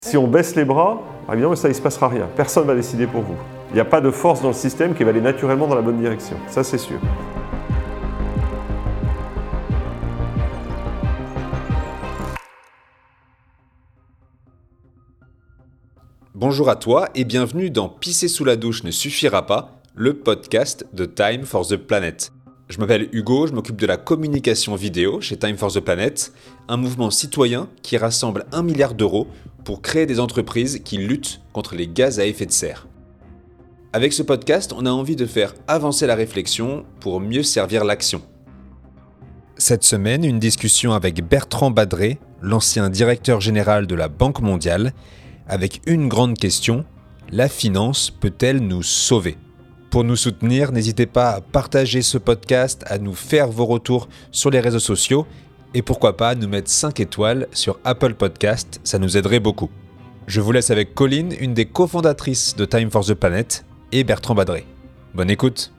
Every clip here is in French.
Si on baisse les bras, évidemment, ça, il ne se passera rien. Personne ne va décider pour vous. Il n'y a pas de force dans le système qui va aller naturellement dans la bonne direction. Ça, c'est sûr. Bonjour à toi et bienvenue dans Pisser sous la douche ne suffira pas, le podcast de Time for the Planet. Je m'appelle Hugo, je m'occupe de la communication vidéo chez Time for the Planet, un mouvement citoyen qui rassemble 1 milliard d'euros pour créer des entreprises qui luttent contre les gaz à effet de serre. Avec ce podcast, on a envie de faire avancer la réflexion pour mieux servir l'action. Cette semaine, une discussion avec Bertrand Badré, l'ancien directeur général de la Banque mondiale, avec une grande question, la finance peut-elle nous sauver ? Pour nous soutenir, n'hésitez pas à partager ce podcast, à nous faire vos retours sur les réseaux sociaux et pourquoi pas nous mettre 5 étoiles sur Apple Podcast, ça nous aiderait beaucoup. Je vous laisse avec Colline, une des cofondatrices de Time for the Planet, et Bertrand Badré. Bonne écoute.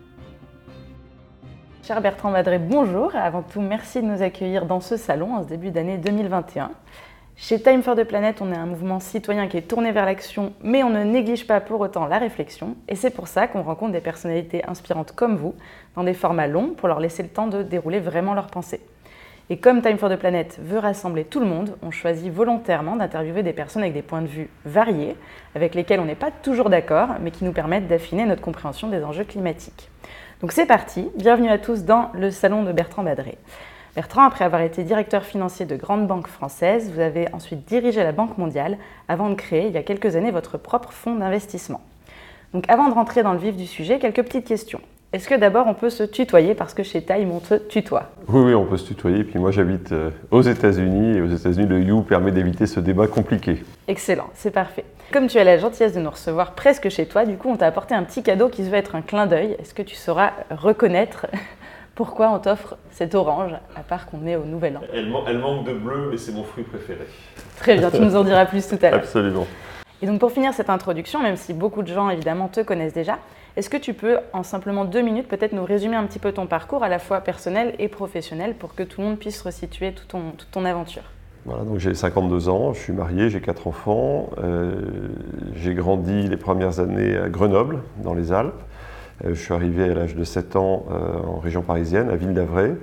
Cher Bertrand Badré, bonjour. Avant tout, merci de nous accueillir dans ce salon en ce début d'année 2021. Chez Time for the Planet, on est un mouvement citoyen qui est tourné vers l'action, mais on ne néglige pas pour autant la réflexion. Et c'est pour ça qu'on rencontre des personnalités inspirantes comme vous, dans des formats longs, pour leur laisser le temps de dérouler vraiment leurs pensées. Et comme Time for the Planet veut rassembler tout le monde, on choisit volontairement d'interviewer des personnes avec des points de vue variés, avec lesquels on n'est pas toujours d'accord, mais qui nous permettent d'affiner notre compréhension des enjeux climatiques. Donc c'est parti, bienvenue à tous dans le salon de Bertrand Badré. Bertrand, après avoir été directeur financier de grandes banques françaises, vous avez ensuite dirigé la Banque mondiale avant de créer, il y a quelques années, votre propre fonds d'investissement. Donc avant de rentrer dans le vif du sujet, quelques petites questions. Est-ce que d'abord on peut se tutoyer parce que chez Time on te tutoie ? Oui, on peut se tutoyer. Puis moi, j'habite aux États-Unis et aux États-Unis, le You permet d'éviter ce débat compliqué. Excellent, c'est parfait. Comme tu as la gentillesse de nous recevoir presque chez toi, du coup on t'a apporté un petit cadeau qui se veut être un clin d'œil. Est-ce que tu sauras reconnaître pourquoi on t'offre cette orange, à part qu'on est au Nouvel An ? Elle manque de bleu, mais c'est mon fruit préféré. Très bien, tu nous en diras plus tout à l'heure. Absolument. Et donc pour finir cette introduction, même si beaucoup de gens évidemment te connaissent déjà, est-ce que tu peux en simplement 2 minutes peut-être nous résumer un petit peu ton parcours à la fois personnel et professionnel pour que tout le monde puisse resituer toute ton aventure ? Voilà, donc j'ai 52 ans, je suis marié, j'ai 4 enfants. J'ai grandi les premières années à Grenoble, dans les Alpes. Je suis arrivé à l'âge de 7 ans en région parisienne, à Ville-d'Avray,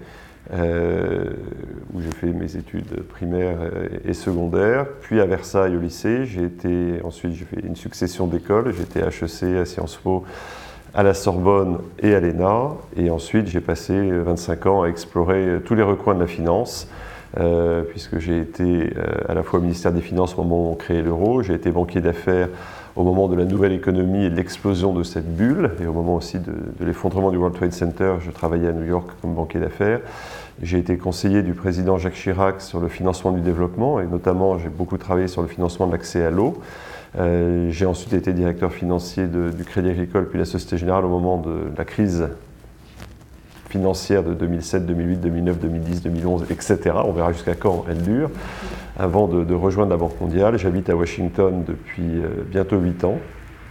où j'ai fait mes études primaires et secondaires. Puis à Versailles au lycée, ensuite j'ai fait une succession d'écoles. J'ai été à HEC, à Sciences Po, à la Sorbonne et à l'ENA. Et ensuite j'ai passé 25 ans à explorer tous les recoins de la finance, puisque j'ai été à la fois au ministère des Finances au moment où on créait l'euro, j'ai été banquier d'affaires au moment de la nouvelle économie et de l'explosion de cette bulle, et au moment aussi de l'effondrement du World Trade Center, je travaillais à New York comme banquier d'affaires. J'ai été conseiller du président Jacques Chirac sur le financement du développement, et notamment j'ai beaucoup travaillé sur le financement de l'accès à l'eau. J'ai ensuite été directeur financier du Crédit Agricole puis la Société Générale au moment de la crise financière de 2007, 2008, 2009, 2010, 2011, etc. On verra jusqu'à quand elle dure, avant de rejoindre la Banque mondiale. J'habite à Washington depuis bientôt 8 ans.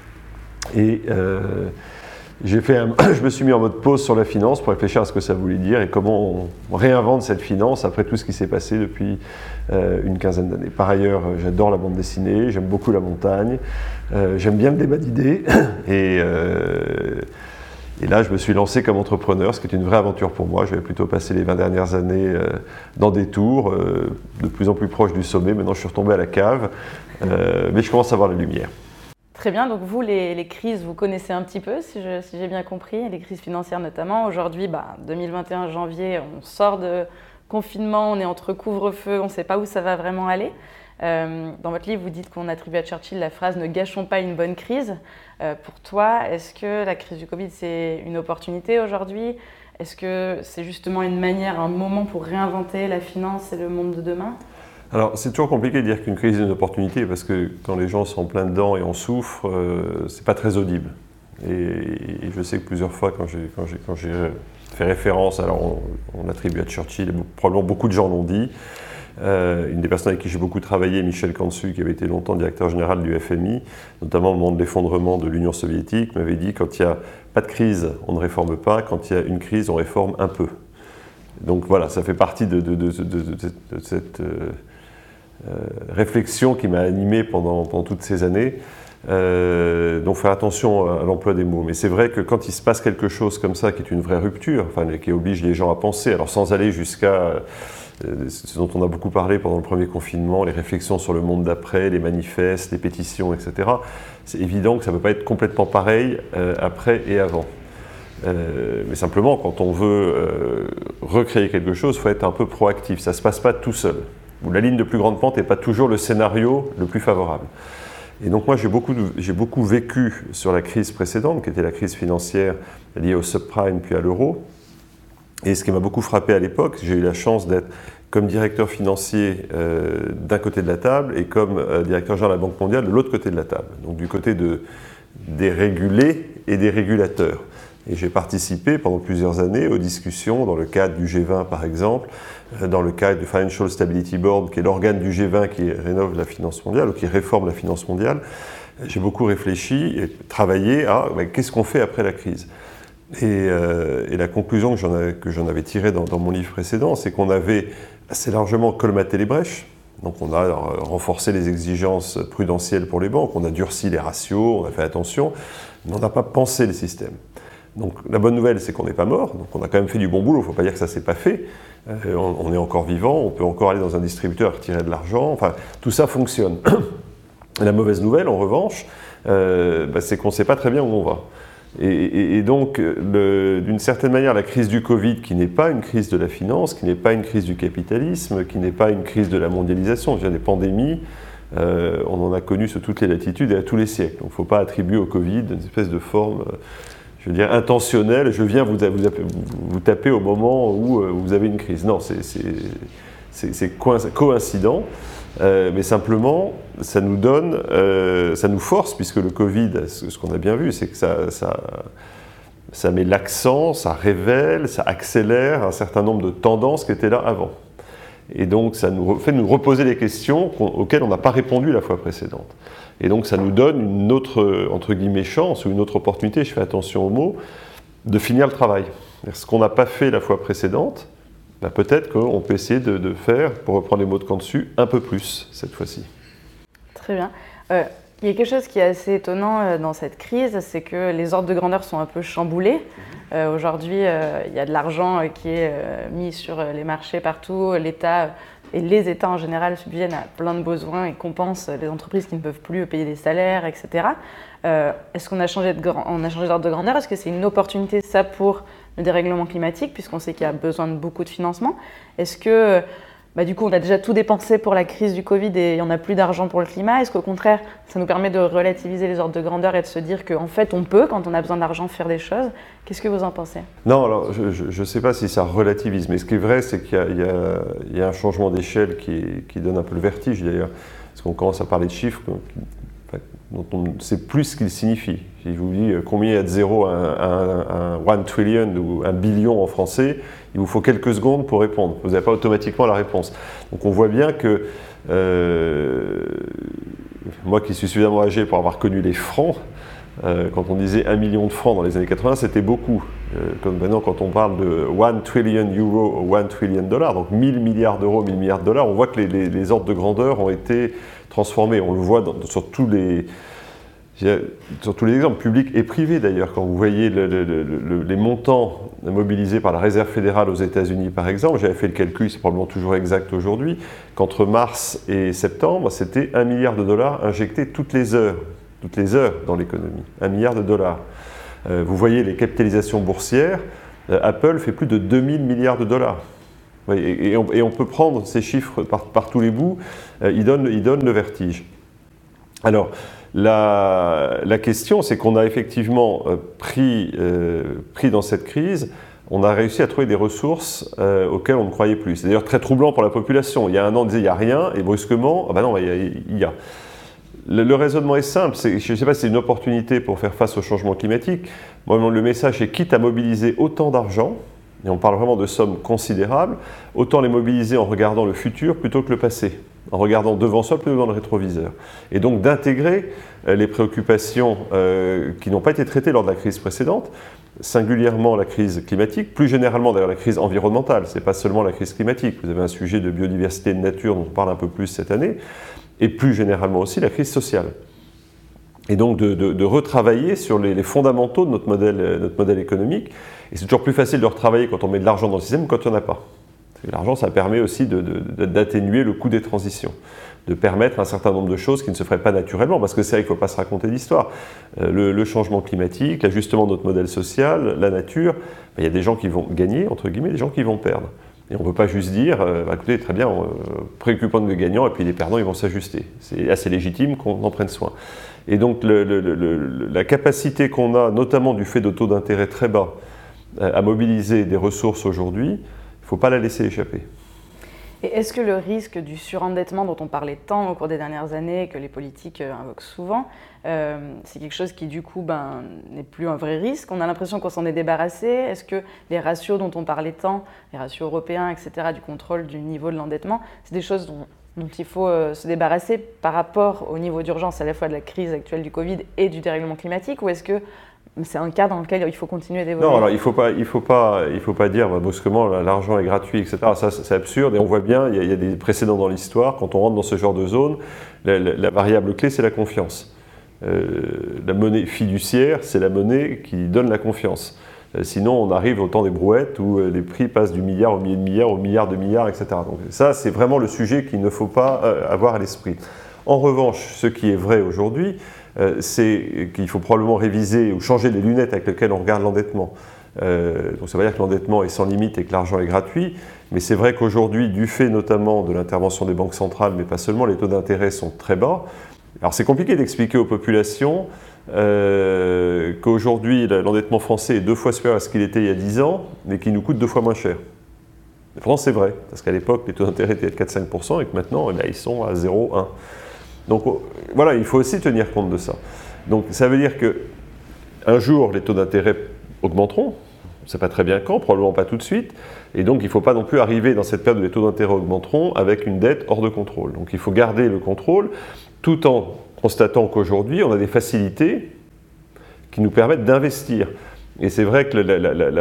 Et je me suis mis en mode pause sur la finance pour réfléchir à ce que ça voulait dire et comment on réinvente cette finance après tout ce qui s'est passé depuis une quinzaine d'années. Par ailleurs, j'adore la bande dessinée, j'aime beaucoup la montagne, j'aime bien le débat d'idées et là, je me suis lancé comme entrepreneur, ce qui est une vraie aventure pour moi. J'avais plutôt passé les 20 dernières années dans des tours, de plus en plus proche du sommet. Maintenant, je suis retombé à la cave, mais je commence à voir la lumière. Très bien, donc vous, les crises, vous connaissez un petit peu, si j'ai bien compris, les crises financières notamment. Aujourd'hui, 2021, janvier, on sort de confinement, on est entre couvre-feu, on ne sait pas où ça va vraiment aller. Dans votre livre, vous dites qu'on attribue à Churchill la phrase « Ne gâchons pas une bonne crise ». Pour toi, est-ce que la crise du Covid, c'est une opportunité aujourd'hui ? Est-ce que c'est justement une manière, un moment pour réinventer la finance et le monde de demain ? Alors, c'est toujours compliqué de dire qu'une crise est une opportunité parce que quand les gens sont plein dedans et on souffre, c'est pas très audible. Et je sais que plusieurs fois, quand j'ai fait référence, alors on attribue à Churchill, et probablement beaucoup de gens l'ont dit. Une des personnes avec qui j'ai beaucoup travaillé, Michel Cantu, qui avait été longtemps directeur général du FMI, notamment au moment de l'effondrement de l'Union soviétique, m'avait dit quand il n'y a pas de crise, on ne réforme pas, quand il y a une crise, on réforme un peu. Donc voilà, ça fait partie de cette réflexion qui m'a animé pendant toutes ces années. Donc faire attention à l'emploi des mots. Mais c'est vrai que quand il se passe quelque chose comme ça, qui est une vraie rupture, qui oblige les gens à penser, alors sans aller jusqu'à ce dont on a beaucoup parlé pendant le premier confinement, les réflexions sur le monde d'après, les manifestes, les pétitions, etc. C'est évident que ça ne peut pas être complètement pareil après et avant. Mais simplement, quand on veut recréer quelque chose, il faut être un peu proactif. Ça ne se passe pas tout seul. Où la ligne de plus grande pente n'est pas toujours le scénario le plus favorable. Et donc moi, j'ai beaucoup vécu sur la crise précédente, qui était la crise financière liée au subprime puis à l'euro. Et ce qui m'a beaucoup frappé à l'époque, j'ai eu la chance d'être comme directeur financier d'un côté de la table et comme directeur général de la Banque mondiale de l'autre côté de la table. Donc du côté des régulés et des régulateurs. Et j'ai participé pendant plusieurs années aux discussions dans le cadre du G20 par exemple, dans le cadre du Financial Stability Board, qui est l'organe du G20 qui rénove la finance mondiale ou qui réforme la finance mondiale. J'ai beaucoup réfléchi et travaillé à qu'est-ce qu'on fait après la crise. Et la conclusion que j'en avais tirée dans mon livre précédent, c'est qu'on avait assez largement colmaté les brèches. Donc on a renforcé les exigences prudentielles pour les banques, on a durci les ratios, on a fait attention, mais on n'a pas pensé le système. Donc la bonne nouvelle, c'est qu'on n'est pas mort, donc on a quand même fait du bon boulot, il ne faut pas dire que ça ne s'est pas fait. On est encore vivant, on peut encore aller dans un distributeur et retirer de l'argent, enfin tout ça fonctionne. La mauvaise nouvelle, en revanche, c'est qu'on ne sait pas très bien où on va. Et donc, d'une certaine manière, la crise du Covid, qui n'est pas une crise de la finance, qui n'est pas une crise du capitalisme, qui n'est pas une crise de la mondialisation, des pandémies, on en a connu sur toutes les latitudes et à tous les siècles. Donc il ne faut pas attribuer au Covid une espèce de forme, je veux dire, intentionnelle, je viens vous taper au moment où vous avez une crise. Non, c'est coïncident. Mais simplement, ça nous donne, ça nous force, puisque le Covid, ce qu'on a bien vu, c'est que ça met l'accent, ça révèle, ça accélère un certain nombre de tendances qui étaient là avant. Et donc, ça nous fait nous reposer des questions auxquelles on n'a pas répondu la fois précédente. Et donc, ça nous donne une autre, entre guillemets, chance ou une autre opportunité, je fais attention aux mots, de finir le travail. Ce qu'on n'a pas fait la fois précédente, peut-être qu'on peut essayer de faire, pour reprendre les mots de Kantsu, un peu plus cette fois-ci. Très bien. Il y a quelque chose qui est assez étonnant dans cette crise, c'est que les ordres de grandeur sont un peu chamboulés. Aujourd'hui, il y a de l'argent qui est mis sur les marchés partout. L'État et les États en général subviennent à plein de besoins et compensent les entreprises qui ne peuvent plus payer des salaires, etc. Est-ce qu'on a changé d'ordre de grandeur? Est-ce que c'est une opportunité, ça, pour le dérèglement climatique, puisqu'on sait qu'il y a besoin de beaucoup de financement? Est-ce que, du coup, on a déjà tout dépensé pour la crise du Covid et il n'y en a plus d'argent pour le climat? Est-ce qu'au contraire, ça nous permet de relativiser les ordres de grandeur et de se dire qu'en fait, on peut, quand on a besoin d'argent, faire des choses? Qu'est-ce que vous en pensez? Non, alors, je ne sais pas si ça relativise, mais ce qui est vrai, c'est qu'il y a un changement d'échelle qui donne un peu le vertige, d'ailleurs. Parce qu'on commence à parler de chiffres dont on ne sait plus ce qu'ils signifient. Si je vous dis combien il y a de zéro à un 1 trillion ou 1 billion en français, il vous faut quelques secondes pour répondre. Vous n'avez pas automatiquement la réponse. Donc on voit bien que, moi qui suis suffisamment âgé pour avoir connu les francs, quand on disait 1 million de francs dans les années 80, c'était beaucoup. Comme maintenant, quand on parle de 1 trillion euro ou 1 trillion dollars, donc 1000 milliards d'euros, 1000 milliards de dollars, on voit que les ordres de grandeur ont été transformés. On le voit sur tous les exemples, publics et privés d'ailleurs. Quand vous voyez les montants mobilisés par la Réserve fédérale aux États-Unis, par exemple, j'avais fait le calcul, c'est probablement toujours exact aujourd'hui, qu'entre mars et septembre, c'était 1 milliard de dollars injectés toutes les heures dans l'économie. 1 milliard de dollars. Vous voyez les capitalisations boursières, Apple fait plus de 2000 milliards de dollars. Et on peut prendre ces chiffres par tous les bouts, ils donnent le vertige. Alors, la question, c'est qu'on a effectivement pris dans cette crise, on a réussi à trouver des ressources auxquelles on ne croyait plus. C'est d'ailleurs très troublant pour la population. Il y a un an, on disait il n'y a rien, et brusquement, il y a. Le raisonnement est simple, je ne sais pas si c'est une opportunité pour faire face au changement climatique. Moi, le message est quitte à mobiliser autant d'argent, et on parle vraiment de sommes considérables, autant les mobiliser en regardant le futur plutôt que le passé. en regardant devant soi plutôt que dans le rétroviseur. Et donc d'intégrer les préoccupations qui n'ont pas été traitées lors de la crise précédente, singulièrement la crise climatique, plus généralement d'ailleurs la crise environnementale, ce n'est pas seulement la crise climatique, vous avez un sujet de biodiversité et de nature dont on parle un peu plus cette année, et plus généralement aussi la crise sociale. Et donc de retravailler sur les fondamentaux de notre modèle économique. Et c'est toujours plus facile de retravailler quand on met de l'argent dans le système que quand il n'y en a pas. Parce que l'argent, ça permet aussi d'atténuer le coût des transitions, de permettre un certain nombre de choses qui ne se feraient pas naturellement, parce que c'est vrai qu'il ne faut pas se raconter d'histoire. Le changement climatique, l'ajustement de notre modèle social, la nature, il y a des gens qui vont gagner, entre guillemets, des gens qui vont perdre. Et on ne peut pas juste dire, écoutez, très bien, préoccupons des gagnants, et puis les perdants, ils vont s'ajuster. C'est assez légitime qu'on en prenne soin. Et donc la capacité qu'on a, notamment du fait de taux d'intérêt très bas, à mobiliser des ressources aujourd'hui, il ne faut pas la laisser échapper. Et est-ce que le risque du surendettement dont on parlait tant au cours des dernières années et que les politiques invoquent souvent, c'est quelque chose qui du coup n'est plus un vrai risque? On a l'impression qu'on s'en est débarrassé. Est-ce que les ratios dont on parlait tant, les ratios européens, etc., du contrôle du niveau de l'endettement, c'est des choses dont il faut se débarrasser par rapport au niveau d'urgence à la fois de la crise actuelle du Covid et du dérèglement climatique, ou est-ce que c'est un cas dans lequel il faut continuer d'évoluer? Non, alors il faut pas dire brusquement l'argent est gratuit, etc. Ça, c'est absurde et on voit bien, il y a des précédents dans l'histoire. Quand on rentre dans ce genre de zone, la variable clé, c'est la confiance. La monnaie fiduciaire, c'est la monnaie qui donne la confiance. Sinon, on arrive au temps des brouettes où les prix passent du milliard au millier de milliard au milliard de milliards, etc. Donc ça, c'est vraiment le sujet qu'il ne faut pas avoir à l'esprit. En revanche, ce qui est vrai aujourd'hui, c'est qu'il faut probablement réviser ou changer les lunettes avec lesquelles on regarde l'endettement. Donc ça veut dire que l'endettement est sans limite et que l'argent est gratuit, mais c'est vrai qu'aujourd'hui, du fait notamment de l'intervention des banques centrales, mais pas seulement, les taux d'intérêt sont très bas. Alors c'est compliqué d'expliquer aux populations qu'aujourd'hui l'endettement français est 2 fois supérieur à ce qu'il était il y a 10 ans, mais qu'il nous coûte 2 fois moins cher. Et pourtant c'est vrai, parce qu'à l'époque les taux d'intérêt étaient de 4-5% et que maintenant ils sont à 0,1. Donc voilà, il faut aussi tenir compte de ça. Donc ça veut dire qu'un jour les taux d'intérêt augmenteront, on ne sait pas très bien quand, probablement pas tout de suite, et donc il ne faut pas non plus arriver dans cette période où les taux d'intérêt augmenteront avec une dette hors de contrôle. Donc il faut garder le contrôle tout en constatant qu'aujourd'hui on a des facilités qui nous permettent d'investir. Et c'est vrai que la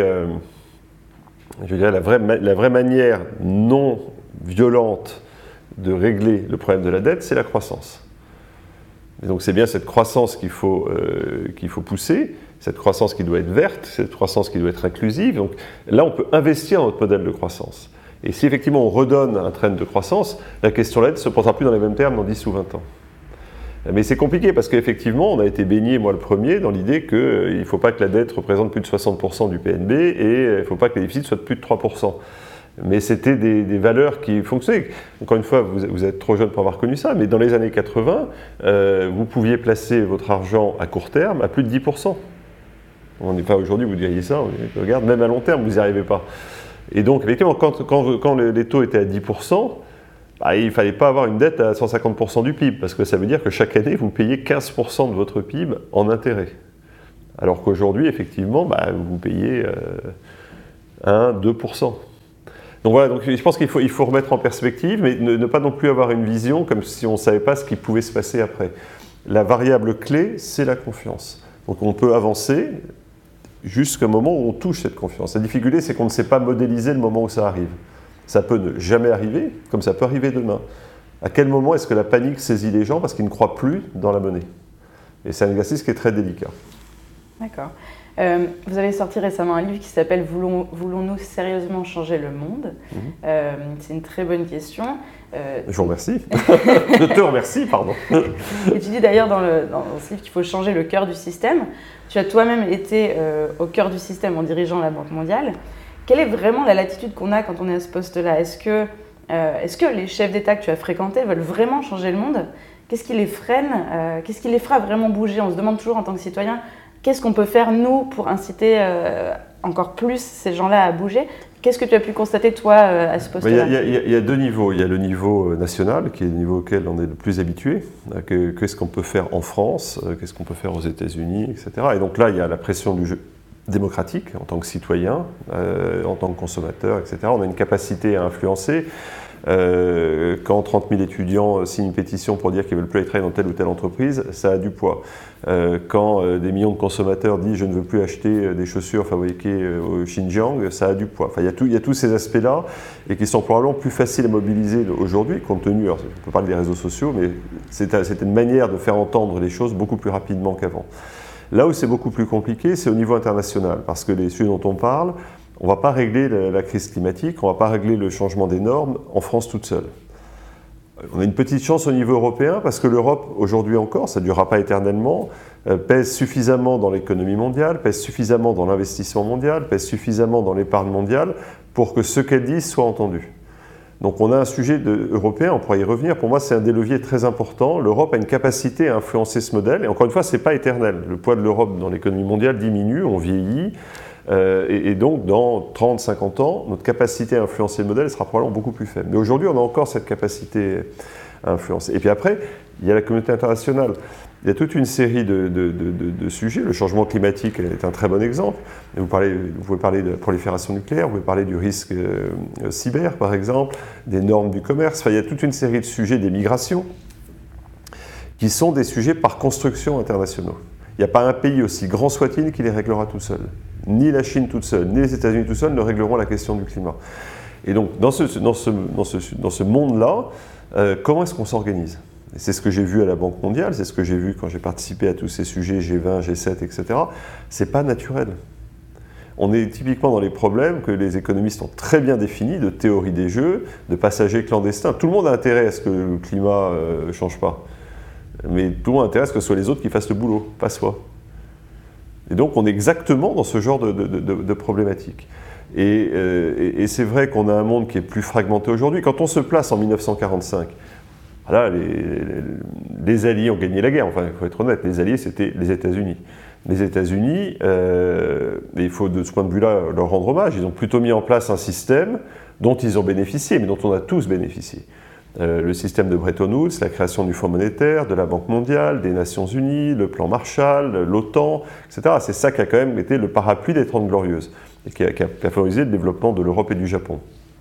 vraie manière non violente de régler le problème de la dette, c'est la croissance. Et donc c'est bien cette croissance qu'il faut pousser, cette croissance qui doit être verte, cette croissance qui doit être inclusive. Donc là, on peut investir dans notre modèle de croissance. Et si effectivement on redonne un trend de croissance, la question de la dette ne se posera plus dans les mêmes termes dans 10 ou 20 ans. Mais c'est compliqué parce qu'effectivement, on a été baigné, moi le premier, dans l'idée qu'il ne faut pas que la dette représente plus de 60% du PNB et il ne faut pas que les déficits soient de plus de 3%. Mais c'était des valeurs qui fonctionnaient. Encore une fois, vous êtes trop jeune pour avoir connu ça, mais dans les années 80, vous pouviez placer votre argent à court terme à plus de 10%. On n'est pas aujourd'hui, vous diriez ça, regarde, même à long terme, vous n'y arrivez pas. Et donc, effectivement, quand les taux étaient à 10%, il ne fallait pas avoir une dette à 150% du PIB, parce que ça veut dire que chaque année, vous payez 15% de votre PIB en intérêt. Alors qu'aujourd'hui, effectivement, vous payez 1-2%. Donc voilà, donc je pense qu'il faut remettre en perspective, mais ne pas non plus avoir une vision comme si on ne savait pas ce qui pouvait se passer après. La variable clé, c'est la confiance. Donc on peut avancer jusqu'à un moment où on touche cette confiance. La difficulté, c'est qu'on ne sait pas modéliser le moment où ça arrive. Ça peut ne jamais arriver, comme ça peut arriver demain. À quel moment est-ce que la panique saisit les gens parce qu'ils ne croient plus dans la monnaie? Et c'est un exercice qui est très délicat. D'accord. Vous avez sorti récemment un livre qui s'appelle « Voulons-nous sérieusement changer le monde ?» C'est une très bonne question. Je vous remercie. Je te remercie, pardon. Et tu dis d'ailleurs dans ce livre qu'il faut changer le cœur du système. Tu as toi-même été au cœur du système en dirigeant la Banque mondiale. Quelle est vraiment la latitude qu'on a quand on est à ce poste-là? Est-ce que les chefs d'État que tu as fréquentés veulent vraiment changer le monde? Qu'est-ce qui les freine? Qu'est-ce qui les fera vraiment bouger? On se demande toujours en tant que citoyen, qu'est-ce qu'on peut faire, nous, pour inciter encore plus ces gens-là à bouger? Qu'est-ce que tu as pu constater, toi, à ce poste-là? Il y a 2 niveaux. Il y a le niveau national, qui est le niveau auquel on est le plus habitué. Qu'est-ce qu'on peut faire en France? Qu'est-ce qu'on peut faire aux États-Unis, etc. Et donc là, il y a la pression du jeu démocratique, en tant que citoyen, en tant que consommateur, etc. On a une capacité à influencer. Quand 30 000 étudiants signent une pétition pour dire qu'ils ne veulent plus aller travailler dans telle ou telle entreprise, ça a du poids. Quand des millions de consommateurs disent je ne veux plus acheter des chaussures fabriquées au Xinjiang, ça a du poids. Enfin, il y a tous ces aspects-là et qui sont probablement plus faciles à mobiliser aujourd'hui, compte tenu, alors, on peut parler des réseaux sociaux, mais c'était une manière de faire entendre les choses beaucoup plus rapidement qu'avant. Là où c'est beaucoup plus compliqué, c'est au niveau international, parce que les sujets dont on parle, on ne va pas régler la crise climatique, on ne va pas régler le changement des normes en France toute seule. On a une petite chance au niveau européen parce que l'Europe, aujourd'hui encore, ça ne durera pas éternellement, pèse suffisamment dans l'économie mondiale, pèse suffisamment dans l'investissement mondial, pèse suffisamment dans l'épargne mondiale pour que ce qu'elle dit soit entendu. Donc on a un sujet européen, on pourra y revenir. Pour moi, c'est un des leviers très importants. L'Europe a une capacité à influencer ce modèle. Et encore une fois, ce n'est pas éternel. Le poids de l'Europe dans l'économie mondiale diminue, on vieillit. Et donc, dans 30, 50 ans, notre capacité à influencer le modèle sera probablement beaucoup plus faible. Mais aujourd'hui, on a encore cette capacité à influencer. Et puis après, il y a la communauté internationale. Il y a toute une série de sujets. Le changement climatique est un très bon exemple. Vous pouvez parler de la prolifération nucléaire, vous pouvez parler du risque cyber, par exemple, des normes du commerce. Enfin, il y a toute une série de sujets, des migrations, qui sont des sujets par construction internationaux. Il n'y a pas un pays, aussi grand soit-il, qui les réglera tout seul. Ni la Chine toute seule, ni les États-Unis tout seuls ne régleront la question du climat. Et donc, dans ce monde-là, comment est-ce qu'on s'organise ? C'est ce que j'ai vu à la Banque mondiale, c'est ce que j'ai vu quand j'ai participé à tous ces sujets G20, G7, etc. C'est pas naturel. On est typiquement dans les problèmes que les économistes ont très bien définis, de théorie des jeux, de passagers clandestins. Tout le monde a intérêt à ce que le climat ne change pas. Mais tout le monde a intérêt à ce que ce soit les autres qui fassent le boulot, pas soi. Et donc on est exactement dans ce genre de problématique. Et c'est vrai qu'on a un monde qui est plus fragmenté aujourd'hui. Quand on se place en 1945, voilà, les Alliés ont gagné la guerre. Enfin, il faut être honnête, les Alliés, c'était les États-Unis. Les États-Unis, il faut de ce point de vue-là leur rendre hommage, ils ont plutôt mis en place un système dont ils ont bénéficié, mais dont on a tous bénéficié. Le système de Bretton Woods, la création du Fonds monétaire, de la Banque mondiale, des Nations unies, le plan Marshall, l'OTAN, etc. C'est ça qui a quand même été le parapluie des 30 Glorieuses et qui a favorisé le développement de l'Europe et du Japon.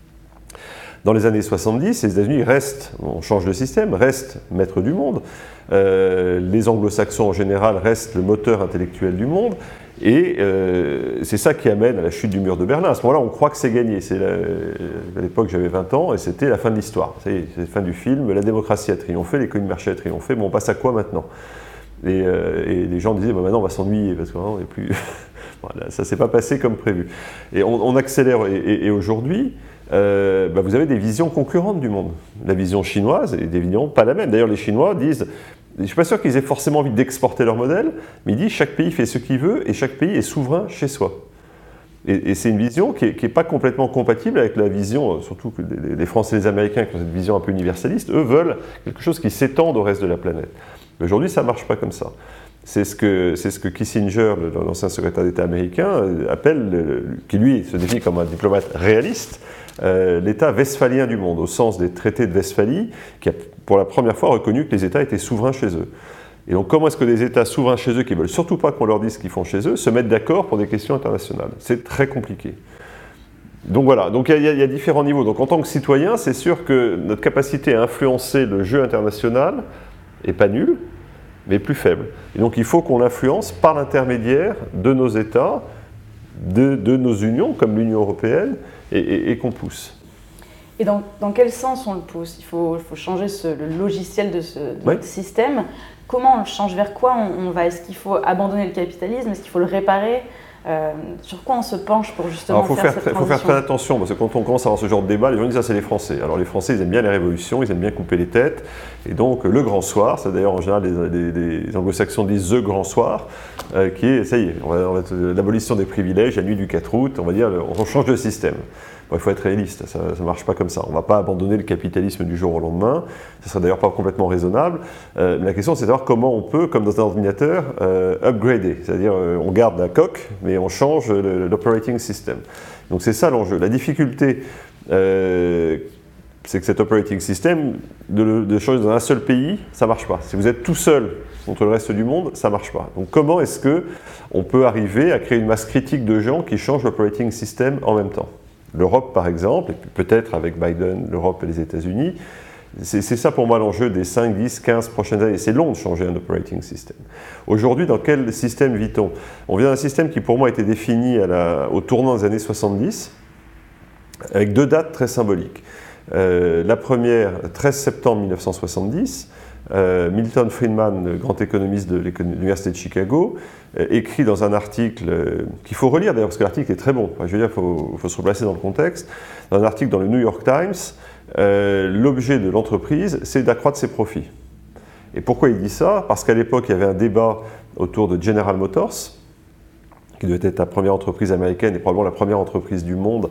Dans les années 70, les États-Unis restent, on change de système, restent maîtres du monde. Les anglo-saxons en général restent le moteur intellectuel du monde. Et c'est ça qui amène à la chute du mur de Berlin. À ce moment-là, on croit que c'est gagné. À l'époque, j'avais 20 ans et c'était la fin de l'histoire. C'est la fin du film, la démocratie a triomphé, l'économie de marché a triomphé, mais on passe à quoi maintenant ? Et les gens disaient, bah, maintenant on va s'ennuyer parce qu'on n'est plus... Voilà, ça ne s'est pas passé comme prévu. Et on accélère. Et aujourd'hui, vous avez des visions concurrentes du monde. La vision chinoise est évidemment pas la même. D'ailleurs, les Chinois disent... Je ne suis pas sûr qu'ils aient forcément envie d'exporter leur modèle, mais ils disent chaque pays fait ce qu'il veut et chaque pays est souverain chez soi. Et c'est une vision qui n'est pas complètement compatible avec la vision, surtout que les Français et les Américains qui ont cette vision un peu universaliste, eux veulent quelque chose qui s'étende au reste de la planète. Mais aujourd'hui, ça ne marche pas comme ça. C'est ce que Kissinger, l'ancien secrétaire d'État américain, appelle, qui lui se définit comme un diplomate réaliste, l'État westphalien du monde, au sens des traités de Westphalie, qui a pour la première fois reconnu que les États étaient souverains chez eux. Et donc comment est-ce que des États souverains chez eux, qui ne veulent surtout pas qu'on leur dise ce qu'ils font chez eux, se mettent d'accord pour des questions internationales ? C'est très compliqué. Donc voilà, donc il y a différents niveaux. Donc en tant que citoyen, c'est sûr que notre capacité à influencer le jeu international n'est pas nulle, mais plus faible. Et donc il faut qu'on l'influence par l'intermédiaire de nos États, de nos unions, comme l'Union européenne, et qu'on pousse. Et dans quel sens on le pousse ? Il faut changer le logiciel de notre système. Comment on le change ? Vers quoi on va ? Est-ce qu'il faut abandonner le capitalisme ? Est-ce qu'il faut le réparer ? Sur quoi on se penche pour justement faire cette transition ? Il faut faire très attention, parce que quand on commence à avoir ce genre de débat, les gens disent « ah, c'est les Français ». Alors les Français, ils aiment bien les révolutions, ils aiment bien couper les têtes. Et donc le grand soir, c'est d'ailleurs en général les anglo-saxons disent « the grand soir », qui est, ça y est, on va l'abolition des privilèges, la nuit du 4 août, on va dire, on change de système. Bon, il faut être réaliste, ça ne marche pas comme ça. On ne va pas abandonner le capitalisme du jour au lendemain, ce ne serait d'ailleurs pas complètement raisonnable. Mais la question, c'est de savoir comment on peut, comme dans un ordinateur, upgrader. C'est-à-dire, on garde la coque, mais on change l'operating system. Donc c'est ça l'enjeu. La difficulté, c'est que cet operating system, de changer dans un seul pays, ça ne marche pas. Si vous êtes tout seul contre le reste du monde, ça ne marche pas. Donc comment est-ce qu'on peut arriver à créer une masse critique de gens qui changent l'operating system en même temps ? L'Europe, par exemple, et puis peut-être avec Biden, l'Europe et les États-Unis, c'est ça pour moi l'enjeu des 5, 10, 15 prochaines années. C'est long de changer un operating system. Aujourd'hui, dans quel système vit-on? On vient d'un système qui pour moi a été défini au tournant des années 70, avec 2 dates très symboliques. La première, 13 septembre 1970, Milton Friedman, le grand économiste de l'Université de Chicago, écrit dans un article qu'il faut relire d'ailleurs parce que l'article est très bon. Enfin, je veux dire, il faut se replacer dans le contexte. Dans un article dans le New York Times, l'objet de l'entreprise, c'est d'accroître ses profits. Et pourquoi il dit ça? Parce qu'à l'époque, il y avait un débat autour de General Motors, qui devait être la première entreprise américaine et probablement la première entreprise du monde,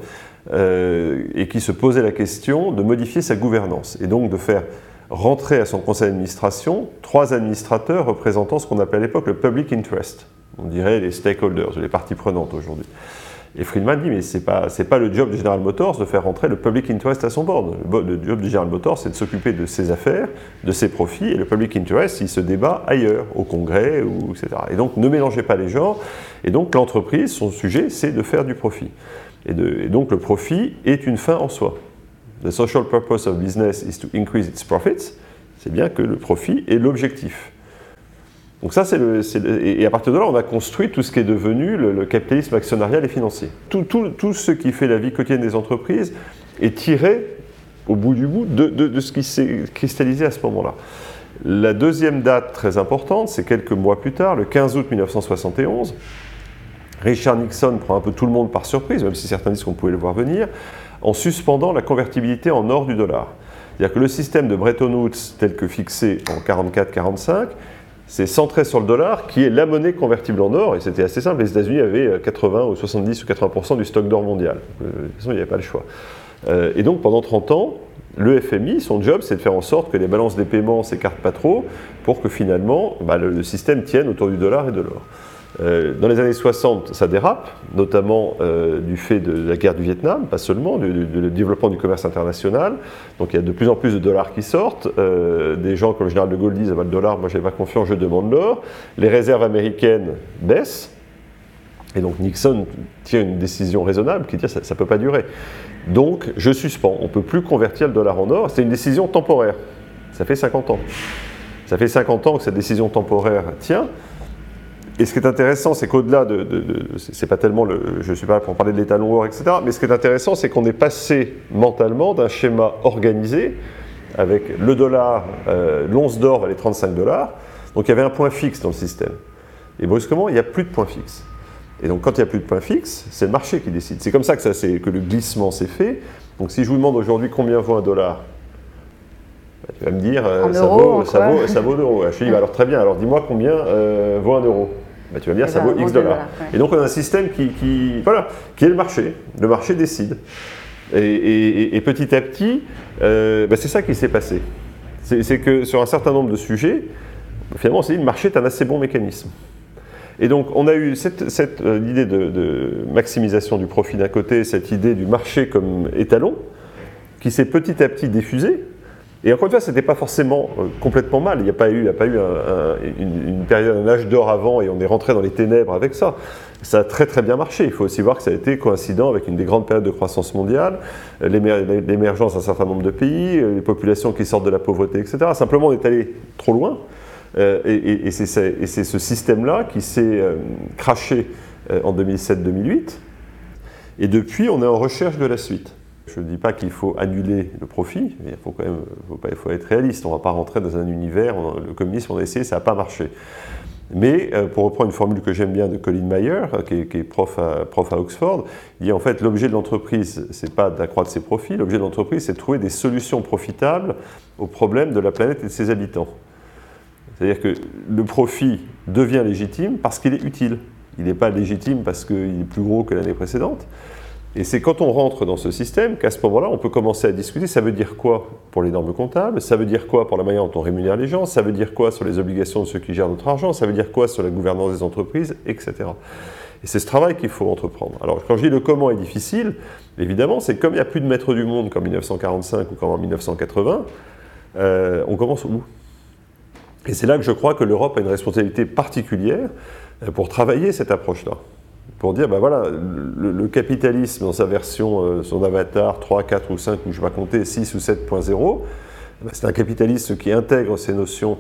et qui se posait la question de modifier sa gouvernance et donc de faire rentrer à son conseil d'administration 3 administrateurs représentant ce qu'on appelait à l'époque le public interest. On dirait les stakeholders, les parties prenantes aujourd'hui. Et Friedman dit, mais c'est pas le job de General Motors de faire rentrer le public interest à son board. Le job de General Motors, c'est de s'occuper de ses affaires, de ses profits, et le public interest, il se débat ailleurs, au Congrès, etc. Et donc, ne mélangez pas les genres. Et donc, l'entreprise, son sujet, c'est de faire du profit. Et donc, le profit est une fin en soi. The social purpose of business is to increase its profits. C'est bien que le profit est l'objectif. Donc ça, et à partir de là, on a construit tout ce qui est devenu le capitalisme actionnarial et financier. Tout ce qui fait la vie quotidienne des entreprises est tiré, au bout du bout, de ce qui s'est cristallisé à ce moment-là. La deuxième date très importante, c'est quelques mois plus tard, le 15 août 1971. Richard Nixon prend un peu tout le monde par surprise, même si certains disent qu'on pouvait le voir venir, en suspendant la convertibilité en or du dollar. C'est-à-dire que le système de Bretton Woods, tel que fixé en 1944-1945, c'est centré sur le dollar, qui est la monnaie convertible en or, et c'était assez simple, les États-Unis avaient 80 ou 70 ou 80% du stock d'or mondial. De toute façon, il n'y avait pas le choix. Et donc, pendant 30 ans, le FMI, son job, c'est de faire en sorte que les balances des paiements s'écartent pas trop, pour que finalement, le système tienne autour du dollar et de l'or. Dans les années 60, ça dérape, notamment du fait de la guerre du Vietnam, pas seulement, du développement du commerce international. Donc il y a de plus en plus de dollars qui sortent. Des gens comme le général de Gaulle disent le dollar, moi je n'ai pas confiance, je demande l'or. Les réserves américaines baissent. Et donc Nixon tient une décision raisonnable qui dit ça ne peut pas durer. Donc je suspends, on ne peut plus convertir le dollar en or. C'est une décision temporaire. Ça fait 50 ans. Ça fait 50 ans que cette décision temporaire tient. Et ce qui est intéressant, c'est qu'au-delà c'est pas tellement je ne suis pas là pour parler de l'étalon or, etc. Mais ce qui est intéressant, c'est qu'on est passé mentalement d'un schéma organisé avec le dollar, l'once d'or valait 35 $. Donc il y avait un point fixe dans le système. Et brusquement, il n'y a plus de point fixe. Et donc quand il n'y a plus de point fixe, c'est le marché qui décide. C'est comme ça que le glissement s'est fait. Donc si je vous demande aujourd'hui combien vaut un dollar, tu vas me dire ça vaut l'euro. Je te dis alors très bien, alors dis-moi combien vaut un euro. Tu vas me dire ça vaut X $. Ouais. Et donc on a un système qui est le marché. Le marché décide. Et petit à petit, c'est ça qui s'est passé. C'est que sur un certain nombre de sujets, finalement on s'est dit le marché est un assez bon mécanisme. Et donc on a eu cette idée de maximisation du profit d'un côté, cette idée du marché comme étalon, qui s'est petit à petit diffusée. Et encore une fois, ce n'était pas forcément complètement mal. Il n'y a pas eu une période, un âge d'or avant et on est rentré dans les ténèbres avec ça. Ça a très très bien marché. Il faut aussi voir que ça a été coïncident avec une des grandes périodes de croissance mondiale, l'émergence d'un certain nombre de pays, les populations qui sortent de la pauvreté, etc. Simplement, on est allé trop loin. Et c'est ce système-là qui s'est craché en 2007-2008. Et depuis, on est en recherche de la suite. Je ne dis pas qu'il faut annuler le profit, mais il faut être réaliste. On ne va pas rentrer dans un univers, le communisme, on a essayé, ça n'a pas marché. Mais pour reprendre une formule que j'aime bien de Colin Mayer, qui est prof à Oxford, il dit en fait l'objet de l'entreprise, ce n'est pas d'accroître ses profits, l'objet de l'entreprise, c'est de trouver des solutions profitables aux problèmes de la planète et de ses habitants. C'est-à-dire que le profit devient légitime parce qu'il est utile. Il n'est pas légitime parce qu'il est plus gros que l'année précédente. Et c'est quand on rentre dans ce système qu'à ce moment-là, on peut commencer à discuter. Ça veut dire quoi pour les normes comptables? Ça veut dire quoi pour la manière dont on rémunère les gens? Ça veut dire quoi sur les obligations de ceux qui gèrent notre argent? Ça veut dire quoi sur la gouvernance des entreprises, etc. Et c'est ce travail qu'il faut entreprendre. Alors, quand je dis le comment est difficile, évidemment, c'est comme il n'y a plus de maître du monde comme en 1945 ou comme en 1980, on commence où? Et c'est là que je crois que l'Europe a une responsabilité particulière pour travailler cette approche-là. pour dire, ben voilà, le capitalisme dans sa version, son avatar 3, 4 ou 5, ou je ne vais pas compter, 6 ou 7.0, ben c'est un capitalisme qui intègre ces notions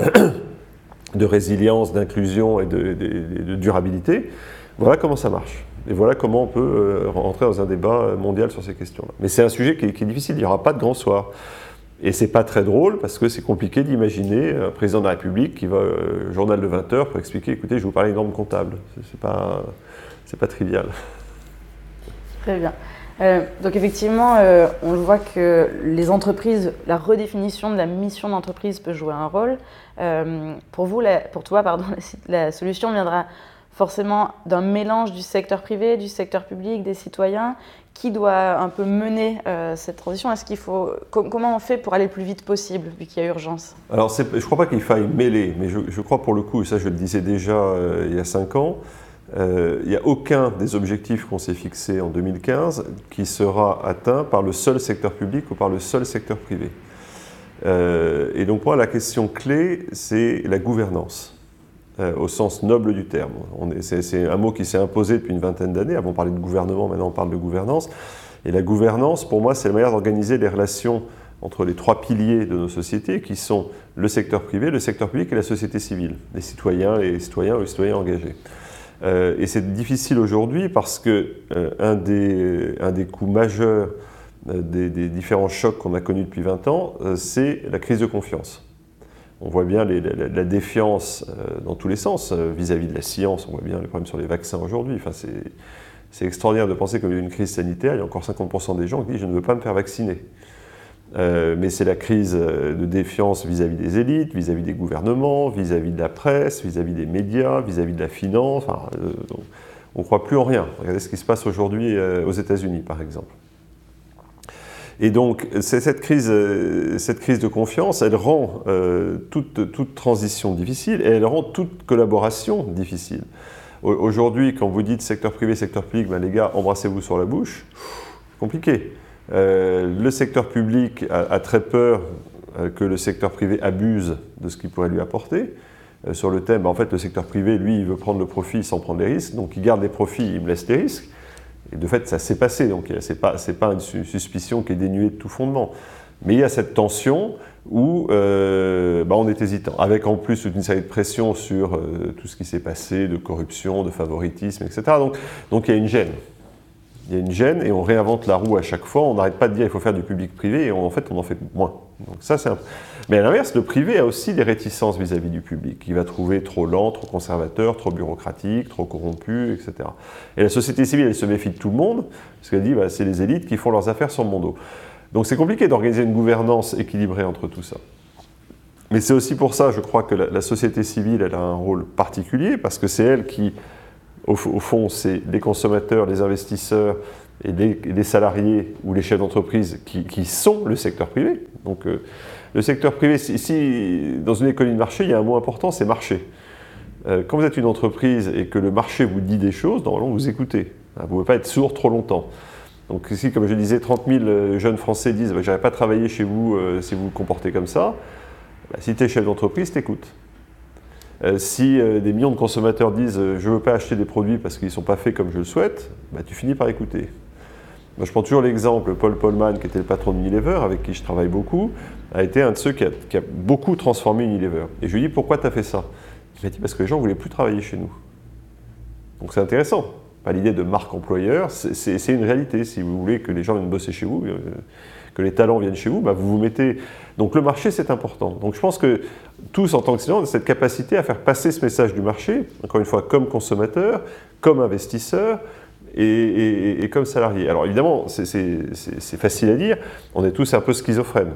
de résilience, d'inclusion et de durabilité. Voilà comment ça marche. Et voilà comment on peut rentrer dans un débat mondial sur ces questions-là. Mais c'est un sujet qui est difficile, il n'y aura pas de grand soir. Et c'est pas très drôle parce que c'est compliqué d'imaginer un président de la République qui va au journal de 20 heures pour expliquer, écoutez, je vais vous parler d'une norme comptable. C'est pas trivial. Très bien. Donc effectivement, on voit que les entreprises, la redéfinition de la mission d'entreprise peut jouer un rôle. Pour toi, la solution viendra forcément d'un mélange du secteur privé, du secteur public, des citoyens. Qui doit un peu mener cette transition? Comment on fait pour aller le plus vite possible, vu qu'il y a urgence? Alors, je ne crois pas qu'il faille mêler, mais je crois pour le coup, et ça je le disais déjà il y a 5 ans, il n'y a aucun des objectifs qu'on s'est fixés en 2015 qui sera atteint par le seul secteur public ou par le seul secteur privé. Et donc, pour moi, la question clé, c'est la gouvernance. Au sens noble du terme. C'est un mot qui s'est imposé depuis une vingtaine d'années. Avant, on parlait de gouvernement, maintenant on parle de gouvernance. Et la gouvernance, pour moi, c'est la manière d'organiser les relations entre les 3 piliers de nos sociétés, qui sont le secteur privé, le secteur public et la société civile, les citoyens ou les citoyens engagés. Et c'est difficile aujourd'hui parce que un des coups majeurs des différents chocs qu'on a connus depuis 20 ans, c'est la crise de confiance. On voit bien la défiance dans tous les sens vis-à-vis de la science. On voit bien les problèmes sur les vaccins aujourd'hui. Enfin, c'est extraordinaire de penser qu'il y a eu une crise sanitaire. Il y a encore 50% des gens qui disent « je ne veux pas me faire vacciner ». Mais c'est la crise de défiance vis-à-vis des élites, vis-à-vis des gouvernements, vis-à-vis de la presse, vis-à-vis des médias, vis-à-vis de la finance. Enfin, on ne croit plus en rien. Regardez ce qui se passe aujourd'hui aux États-Unis, par exemple. Et donc, cette crise de confiance, elle rend toute transition difficile et elle rend toute collaboration difficile. Aujourd'hui, quand vous dites secteur privé, secteur public, ben les gars, embrassez-vous sur la bouche, compliqué. Le secteur public a très peur que le secteur privé abuse de ce qu'il pourrait lui apporter. Sur le thème, ben en fait, le secteur privé, lui, il veut prendre le profit sans prendre les risques, donc il garde les profits, il me laisse les risques. Et de fait, ça s'est passé, donc ce n'est pas une suspicion qui est dénuée de tout fondement. Mais il y a cette tension où on est hésitant, avec en plus toute une série de pressions sur tout ce qui s'est passé, de corruption, de favoritisme, etc. Donc il y a une gêne. Il y a une gêne et on réinvente la roue à chaque fois. On n'arrête pas de dire qu'il faut faire du public-privé et en fait, on en fait moins. Donc ça, Mais à l'inverse, le privé a aussi des réticences vis-à-vis du public. Il va trouver trop lent, trop conservateur, trop bureaucratique, trop corrompu, etc. Et la société civile, elle se méfie de tout le monde, parce qu'elle dit c'est les élites qui font leurs affaires sur mon dos. Donc c'est compliqué d'organiser une gouvernance équilibrée entre tout ça. Mais c'est aussi pour ça, je crois, que la société civile, elle a un rôle particulier, parce que c'est elle qui, au fond, c'est les consommateurs, les investisseurs et les salariés ou les chefs d'entreprise qui sont le secteur privé. Donc le secteur privé, ici, dans une économie de marché, il y a un mot important, c'est marché. Quand vous êtes une entreprise et que le marché vous dit des choses, normalement vous écoutez. Vous ne pouvez pas être sourd trop longtemps. Donc ici, comme je disais, 30 000 jeunes Français disent « je n'irai pas travailler chez vous si vous vous comportez comme ça ». Si tu es chef d'entreprise, t'écoutes. Si des millions de consommateurs disent « je ne veux pas acheter des produits parce qu'ils ne sont pas faits comme je le souhaite », tu finis par écouter. Moi, je prends toujours l'exemple, Paul Polman, qui était le patron d'Unilever, avec qui je travaille beaucoup, a été un de ceux qui a beaucoup transformé Unilever. Et je lui dis « pourquoi tu as fait ça ?» Il m'a dit « parce que les gens ne voulaient plus travailler chez nous ». Donc c'est intéressant. Pas l'idée de marque employeur, c'est une réalité. Si vous voulez que les gens viennent bosser chez vous, que les talents viennent chez vous, vous mettez... Donc le marché, c'est important. Donc je pense que tous, en tant que citoyens, on a cette capacité à faire passer ce message du marché, encore une fois, comme consommateur, comme investisseur et comme salarié. Alors évidemment, c'est facile à dire, on est tous un peu schizophrènes.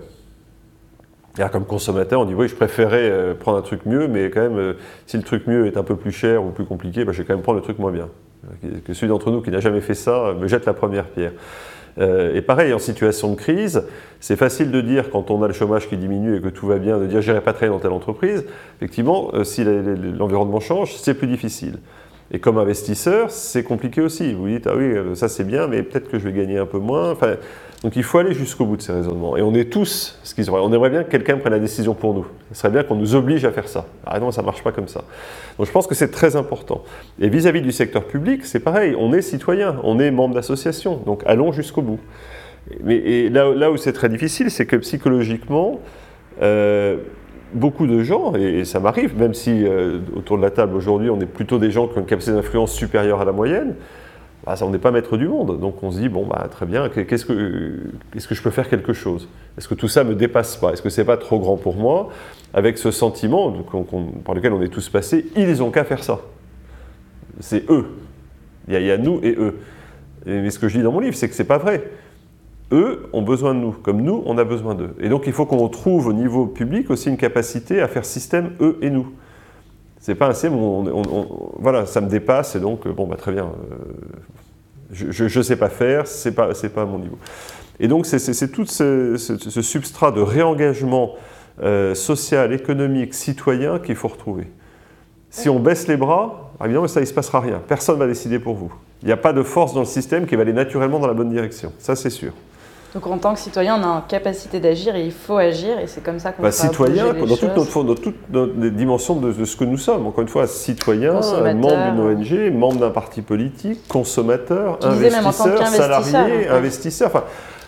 Et comme consommateur, on dit oui, je préférais prendre un truc mieux, mais quand même, si le truc mieux est un peu plus cher ou plus compliqué, je vais quand même prendre le truc moins bien. Que celui d'entre nous qui n'a jamais fait ça me jette la première pierre. Et pareil, en situation de crise, c'est facile de dire, quand on a le chômage qui diminue et que tout va bien, de dire « j'irai pas travailler dans telle entreprise ». Effectivement, si l'environnement change, c'est plus difficile. Et comme investisseur, c'est compliqué aussi. Vous dites, ah oui, ça c'est bien, mais peut-être que je vais gagner un peu moins. Enfin, donc il faut aller jusqu'au bout de ces raisonnements. Et on est tous schizophrènes. On aimerait bien que quelqu'un prenne la décision pour nous. Ce serait bien qu'on nous oblige à faire ça. Ah non, ça ne marche pas comme ça. Donc je pense que c'est très important. Et vis-à-vis du secteur public, c'est pareil. On est citoyen, on est membre d'association. Donc allons jusqu'au bout. Et là où c'est très difficile, c'est que psychologiquement, beaucoup de gens, et ça m'arrive, même si autour de la table aujourd'hui, on est plutôt des gens qui ont une capacité d'influence supérieure à la moyenne, bah, on n'est pas maître du monde. Donc on se dit, bon, bah, très bien, est-ce que je peux faire quelque chose? Est-ce que tout ça ne me dépasse pas? Est-ce que ce n'est pas trop grand pour moi? Avec ce sentiment par lequel on est tous passés, ils n'ont qu'à faire ça. C'est eux. Il y a nous et eux. Mais ce que je dis dans mon livre, c'est que ce n'est pas vrai. Eux ont besoin de nous, comme nous, on a besoin d'eux. Et donc il faut qu'on trouve au niveau public aussi une capacité à faire système eux et nous. C'est pas assez, voilà, ça me dépasse, et donc, bon, bah, très bien, je ne sais pas faire, c'est pas à mon niveau. Et donc, c'est tout ce substrat de réengagement social, économique, citoyen qu'il faut retrouver. Si on baisse les bras, évidemment, ça, il ne se passera rien. Personne ne va décider pour vous. Il n'y a pas de force dans le système qui va aller naturellement dans la bonne direction. Ça, c'est sûr. Donc en tant que citoyen, on a une capacité d'agir et il faut agir, et c'est comme ça qu'on va citoyen, bouger les choses. dans toutes les dimensions de ce que nous sommes. Encore une fois, citoyen, membre d'une ONG, membre d'un parti politique, consommateur, investisseur, salarié, investisseur. Enfin,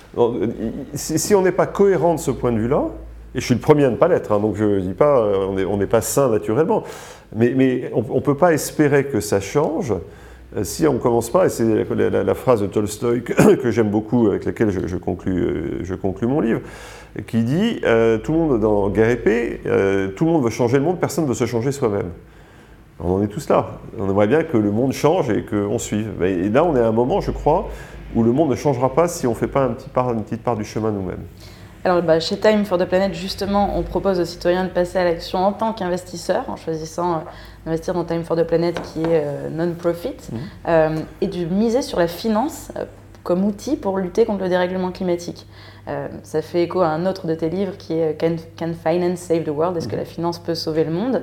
si on n'est pas cohérent de ce point de vue-là, et je suis le premier à ne pas l'être, hein, donc je ne dis pas on n'est pas sain naturellement, mais on ne peut pas espérer que ça change si on ne commence pas, et c'est la phrase de Tolstoï que j'aime beaucoup, avec laquelle je conclus mon livre, qui dit tout le monde dans Guerre et Paix, tout le monde veut changer le monde, personne ne veut se changer soi-même. On en est tous là. On aimerait bien que le monde change et qu'on suive. Et là, on est à un moment, je crois, où le monde ne changera pas si on ne fait pas une petite part du chemin nous-mêmes. Alors, chez Time for the Planet, justement, on propose aux citoyens de passer à l'action en tant qu'investisseurs, en choisissant d'investir dans Time for the Planet, qui est non-profit, et de miser sur la finance comme outil pour lutter contre le dérèglement climatique. Ça fait écho à un autre de tes livres qui est Can Finance Save the World? Est-ce que la finance peut sauver le monde?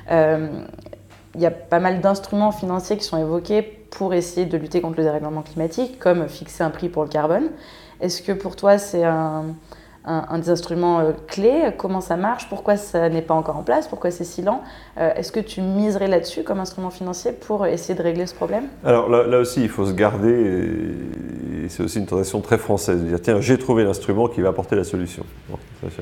Il y a pas mal d'instruments financiers qui sont évoqués pour essayer de lutter contre le dérèglement climatique, comme fixer un prix pour le carbone. Est-ce que pour toi, c'est un des instruments clés? Comment ça marche? Pourquoi ça n'est pas encore en place? Pourquoi c'est si lent? Est-ce que tu miserais là-dessus comme instrument financier pour essayer de régler ce problème? Alors là aussi, il faut se garder, et c'est aussi une tentation très française, de dire tiens, j'ai trouvé l'instrument qui va apporter la solution. Bon,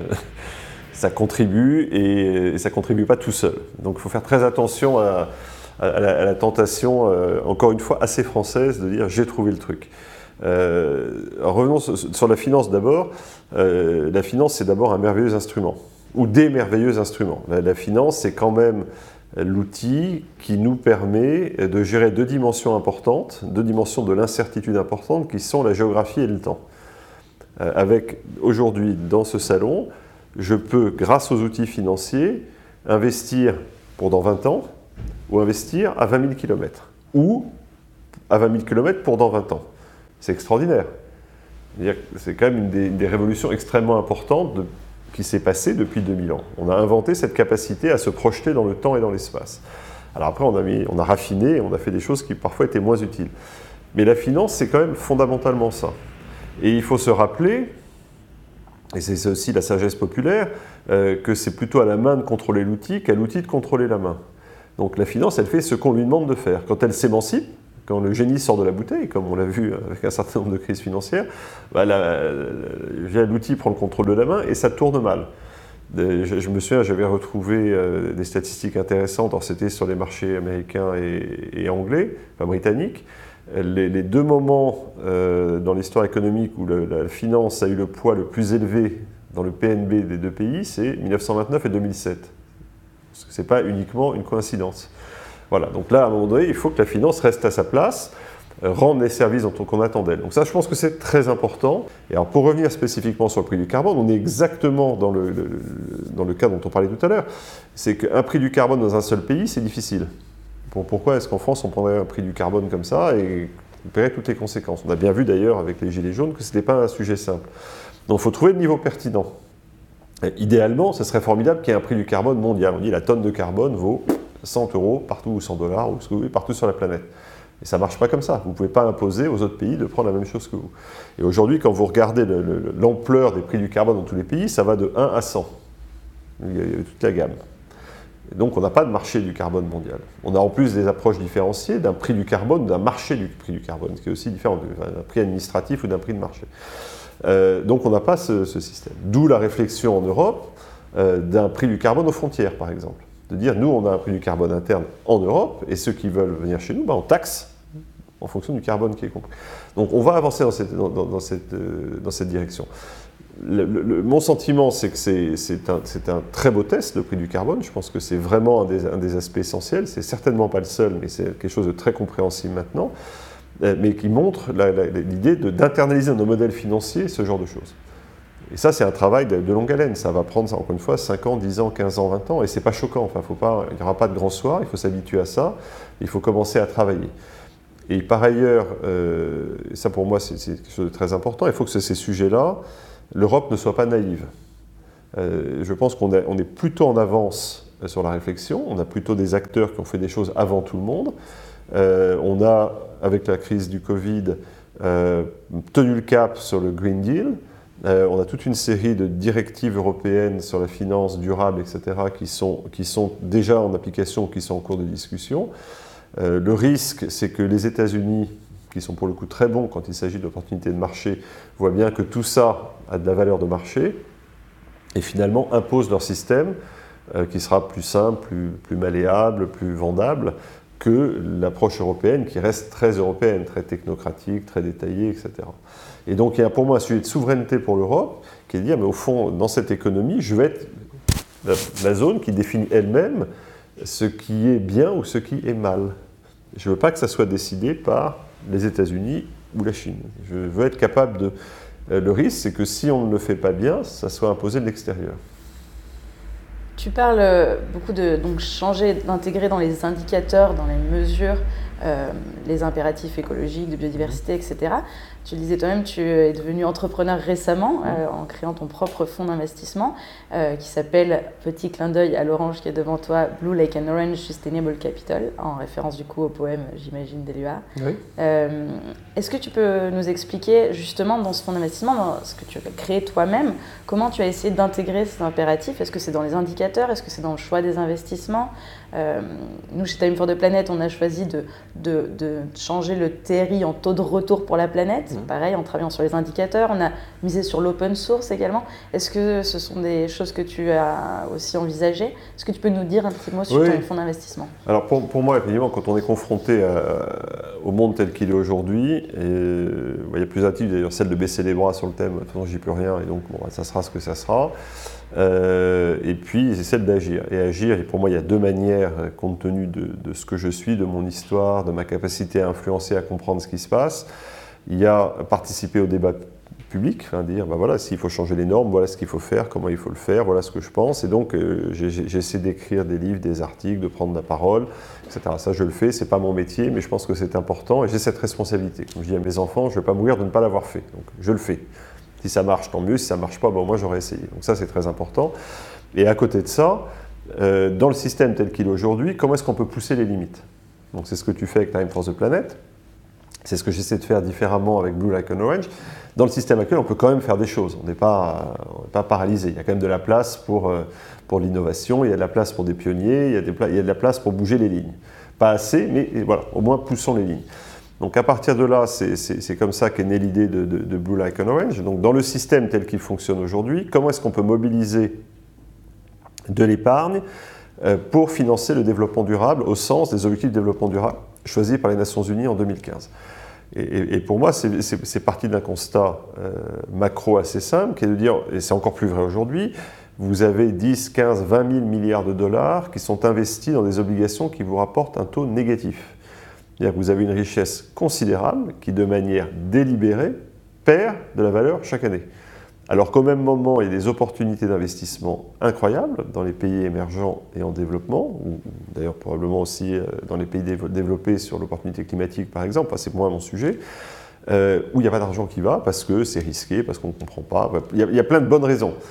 ça contribue, et ça ne contribue pas tout seul. Donc il faut faire très attention à la tentation, encore une fois, assez française, de dire j'ai trouvé le truc. Revenons sur la finance d'abord. La finance, c'est d'abord un merveilleux instrument, ou des merveilleux instruments. La finance, c'est quand même l'outil qui nous permet de gérer deux dimensions importantes, deux dimensions de l'incertitude importante, qui sont la géographie et le temps. Avec aujourd'hui, dans ce salon, je peux, grâce aux outils financiers, investir pour dans 20 ans, ou investir à 20 000 km, ou à 20 000 km pour dans 20 ans. C'est extraordinaire. C'est quand même une des révolutions extrêmement importantes qui s'est passée depuis 2000 ans. On a inventé cette capacité à se projeter dans le temps et dans l'espace. Alors après, on a raffiné, on a fait des choses qui parfois étaient moins utiles. Mais la finance, c'est quand même fondamentalement ça. Et il faut se rappeler, et c'est aussi la sagesse populaire, que c'est plutôt à la main de contrôler l'outil qu'à l'outil de contrôler la main. Donc la finance, elle fait ce qu'on lui demande de faire. Quand elle s'émancipe, quand le génie sort de la bouteille, comme on l'a vu avec un certain nombre de crises financières, l'outil prend le contrôle de la main et ça tourne mal. Je me souviens, j'avais retrouvé des statistiques intéressantes, alors c'était sur les marchés américains et anglais, enfin britanniques. Les deux moments dans l'histoire économique où la finance a eu le poids le plus élevé dans le PNB des deux pays, c'est 1929 et 2007. Parce que ce n'est pas uniquement une coïncidence. Voilà, donc là, à un moment donné, il faut que la finance reste à sa place, rende les services qu'on attend d'elle. Donc ça, je pense que c'est très important. Et alors, pour revenir spécifiquement sur le prix du carbone, on est exactement dans le cas dont on parlait tout à l'heure. C'est qu'un prix du carbone dans un seul pays, c'est difficile. Pourquoi est-ce qu'en France, on prendrait un prix du carbone comme ça et on paierait toutes les conséquences? On a bien vu d'ailleurs avec les Gilets jaunes que ce n'était pas un sujet simple. Donc il faut trouver le niveau pertinent. Et idéalement, ce serait formidable qu'il y ait un prix du carbone mondial. On dit la tonne de carbone vaut 100 € partout ou 100 $ ou ce que vous voulez, partout sur la planète. Et ça ne marche pas comme ça. Vous ne pouvez pas imposer aux autres pays de prendre la même chose que vous. Et aujourd'hui, quand vous regardez l'ampleur des prix du carbone dans tous les pays, ça va de 1 à 100. Il y a toute la gamme. Et donc on n'a pas de marché du carbone mondial. On a en plus des approches différenciées d'un prix du carbone, d'un marché du prix du carbone, ce qui est aussi différent d'un prix administratif ou d'un prix de marché. Donc on n'a pas ce système. D'où la réflexion en Europe d'un prix du carbone aux frontières, par exemple. De dire, nous, on a un prix du carbone interne en Europe, et ceux qui veulent venir chez nous, on taxe en fonction du carbone qui est compris. Donc on va avancer dans cette direction. Mon sentiment, c'est que c'est un très beau test, le prix du carbone. Je pense que c'est vraiment un des aspects essentiels. C'est certainement pas le seul, mais c'est quelque chose de très compréhensible maintenant, mais qui montre l'idée d'internaliser dans nos modèles financiers ce genre de choses. Et ça, c'est un travail de longue haleine. Ça va prendre, encore une fois, 5 ans, 10 ans, 15 ans, 20 ans, et c'est pas choquant. Enfin, il n'y aura pas de grand soir, il faut s'habituer à ça, il faut commencer à travailler. Et par ailleurs, ça pour moi, c'est quelque chose de très important, il faut que ces sujets-là, l'Europe ne soit pas naïve. Je pense qu'on est plutôt en avance sur la réflexion, on a plutôt des acteurs qui ont fait des choses avant tout le monde. On a, avec la crise du Covid, tenu le cap sur le Green Deal. On a toute une série de directives européennes sur la finance durable, etc., qui sont déjà en application ou qui sont en cours de discussion. Le risque, c'est que les États-Unis, qui sont pour le coup très bons quand il s'agit d'opportunités de marché, voient bien que tout ça a de la valeur de marché et finalement imposent leur système qui sera plus simple, plus malléable, plus vendable que l'approche européenne qui reste très européenne, très technocratique, très détaillée, etc. Et donc il y a pour moi un sujet de souveraineté pour l'Europe qui est de dire, mais au fond, dans cette économie, je vais être la zone qui définit elle-même ce qui est bien ou ce qui est mal. Je ne veux pas que ça soit décidé par les États-Unis ou la Chine. Je veux être capable de... Le risque, c'est que si on ne le fait pas bien, ça soit imposé de l'extérieur. Tu parles beaucoup de changer, d'intégrer dans les indicateurs, dans les mesures, les impératifs écologiques, de biodiversité, etc. Tu le disais toi-même, tu es devenu entrepreneur récemment en créant ton propre fonds d'investissement qui s'appelle, petit clin d'œil à l'orange qui est devant toi, Blue Lake and Orange Sustainable Capital, en référence du coup au poème, j'imagine, d'Éluard. Oui. Est-ce que tu peux nous expliquer justement dans ce fonds d'investissement, dans ce que tu as créé toi-même, comment tu as essayé d'intégrer ces impératifs? Est-ce que c'est dans les indicateurs? Est-ce que c'est dans le choix des investissements? Nous, chez Time for the Planet, on a choisi de changer le TRI en taux de retour pour la planète. Pareil, en travaillant sur les indicateurs, on a misé sur l'open source également. Est-ce que ce sont des choses que tu as aussi envisagées? Est-ce que tu peux nous dire un petit mot sur ton fonds d'investissement? Alors pour moi, effectivement, quand on est confronté au monde tel qu'il est aujourd'hui, il y a plusieurs types, d'ailleurs celle de baisser les bras sur le thème, de toute façon j'y peux rien, et donc ça sera ce que ça sera. Et puis c'est celle d'agir. Et agir, et pour moi il y a deux manières, compte tenu de ce que je suis, de mon histoire, de ma capacité à influencer, à comprendre ce qui se passe. Il y a participer au débat public, dire voilà, s'il faut changer les normes, voilà ce qu'il faut faire, comment il faut le faire, voilà ce que je pense. Et donc j'essaie d'écrire des livres, des articles, de prendre la parole, etc. Ça je le fais, c'est pas mon métier, mais je pense que c'est important et j'ai cette responsabilité. Comme je dis à mes enfants, je ne vais pas mourir de ne pas l'avoir fait, donc je le fais. Si ça marche, tant mieux. Si ça ne marche pas, moi j'aurais essayé. Donc ça, c'est très important. Et à côté de ça, dans le système tel qu'il est aujourd'hui, comment est-ce qu'on peut pousser les limites? Donc c'est ce que tu fais avec Time for the Planet. C'est ce que j'essaie de faire différemment avec Blue Lake and Orange. Dans le système actuel, on peut quand même faire des choses. On n'est pas paralysé. Il y a quand même de la place pour l'innovation, il y a de la place pour des pionniers, il y a de la place pour bouger les lignes. Pas assez, mais voilà, au moins poussons les lignes. Donc à partir de là, c'est comme ça qu'est née l'idée de Blue Lake and Orange. Donc dans le système tel qu'il fonctionne aujourd'hui, comment est-ce qu'on peut mobiliser de l'épargne pour financer le développement durable au sens des objectifs de développement durable choisis par les Nations Unies en 2015. Et pour moi, c'est parti d'un constat macro assez simple, qui est de dire, et c'est encore plus vrai aujourd'hui, vous avez 10, 15, 20 000 milliards de dollars qui sont investis dans des obligations qui vous rapportent un taux négatif. C'est-à-dire que vous avez une richesse considérable qui, de manière délibérée, perd de la valeur chaque année. Alors qu'au même moment, il y a des opportunités d'investissement incroyables dans les pays émergents et en développement, ou d'ailleurs probablement aussi dans les pays développés sur l'opportunité climatique par exemple, enfin, c'est moins mon sujet, où il n'y a pas d'argent qui va parce que c'est risqué, parce qu'on ne comprend pas, il y a plein de bonnes raisons.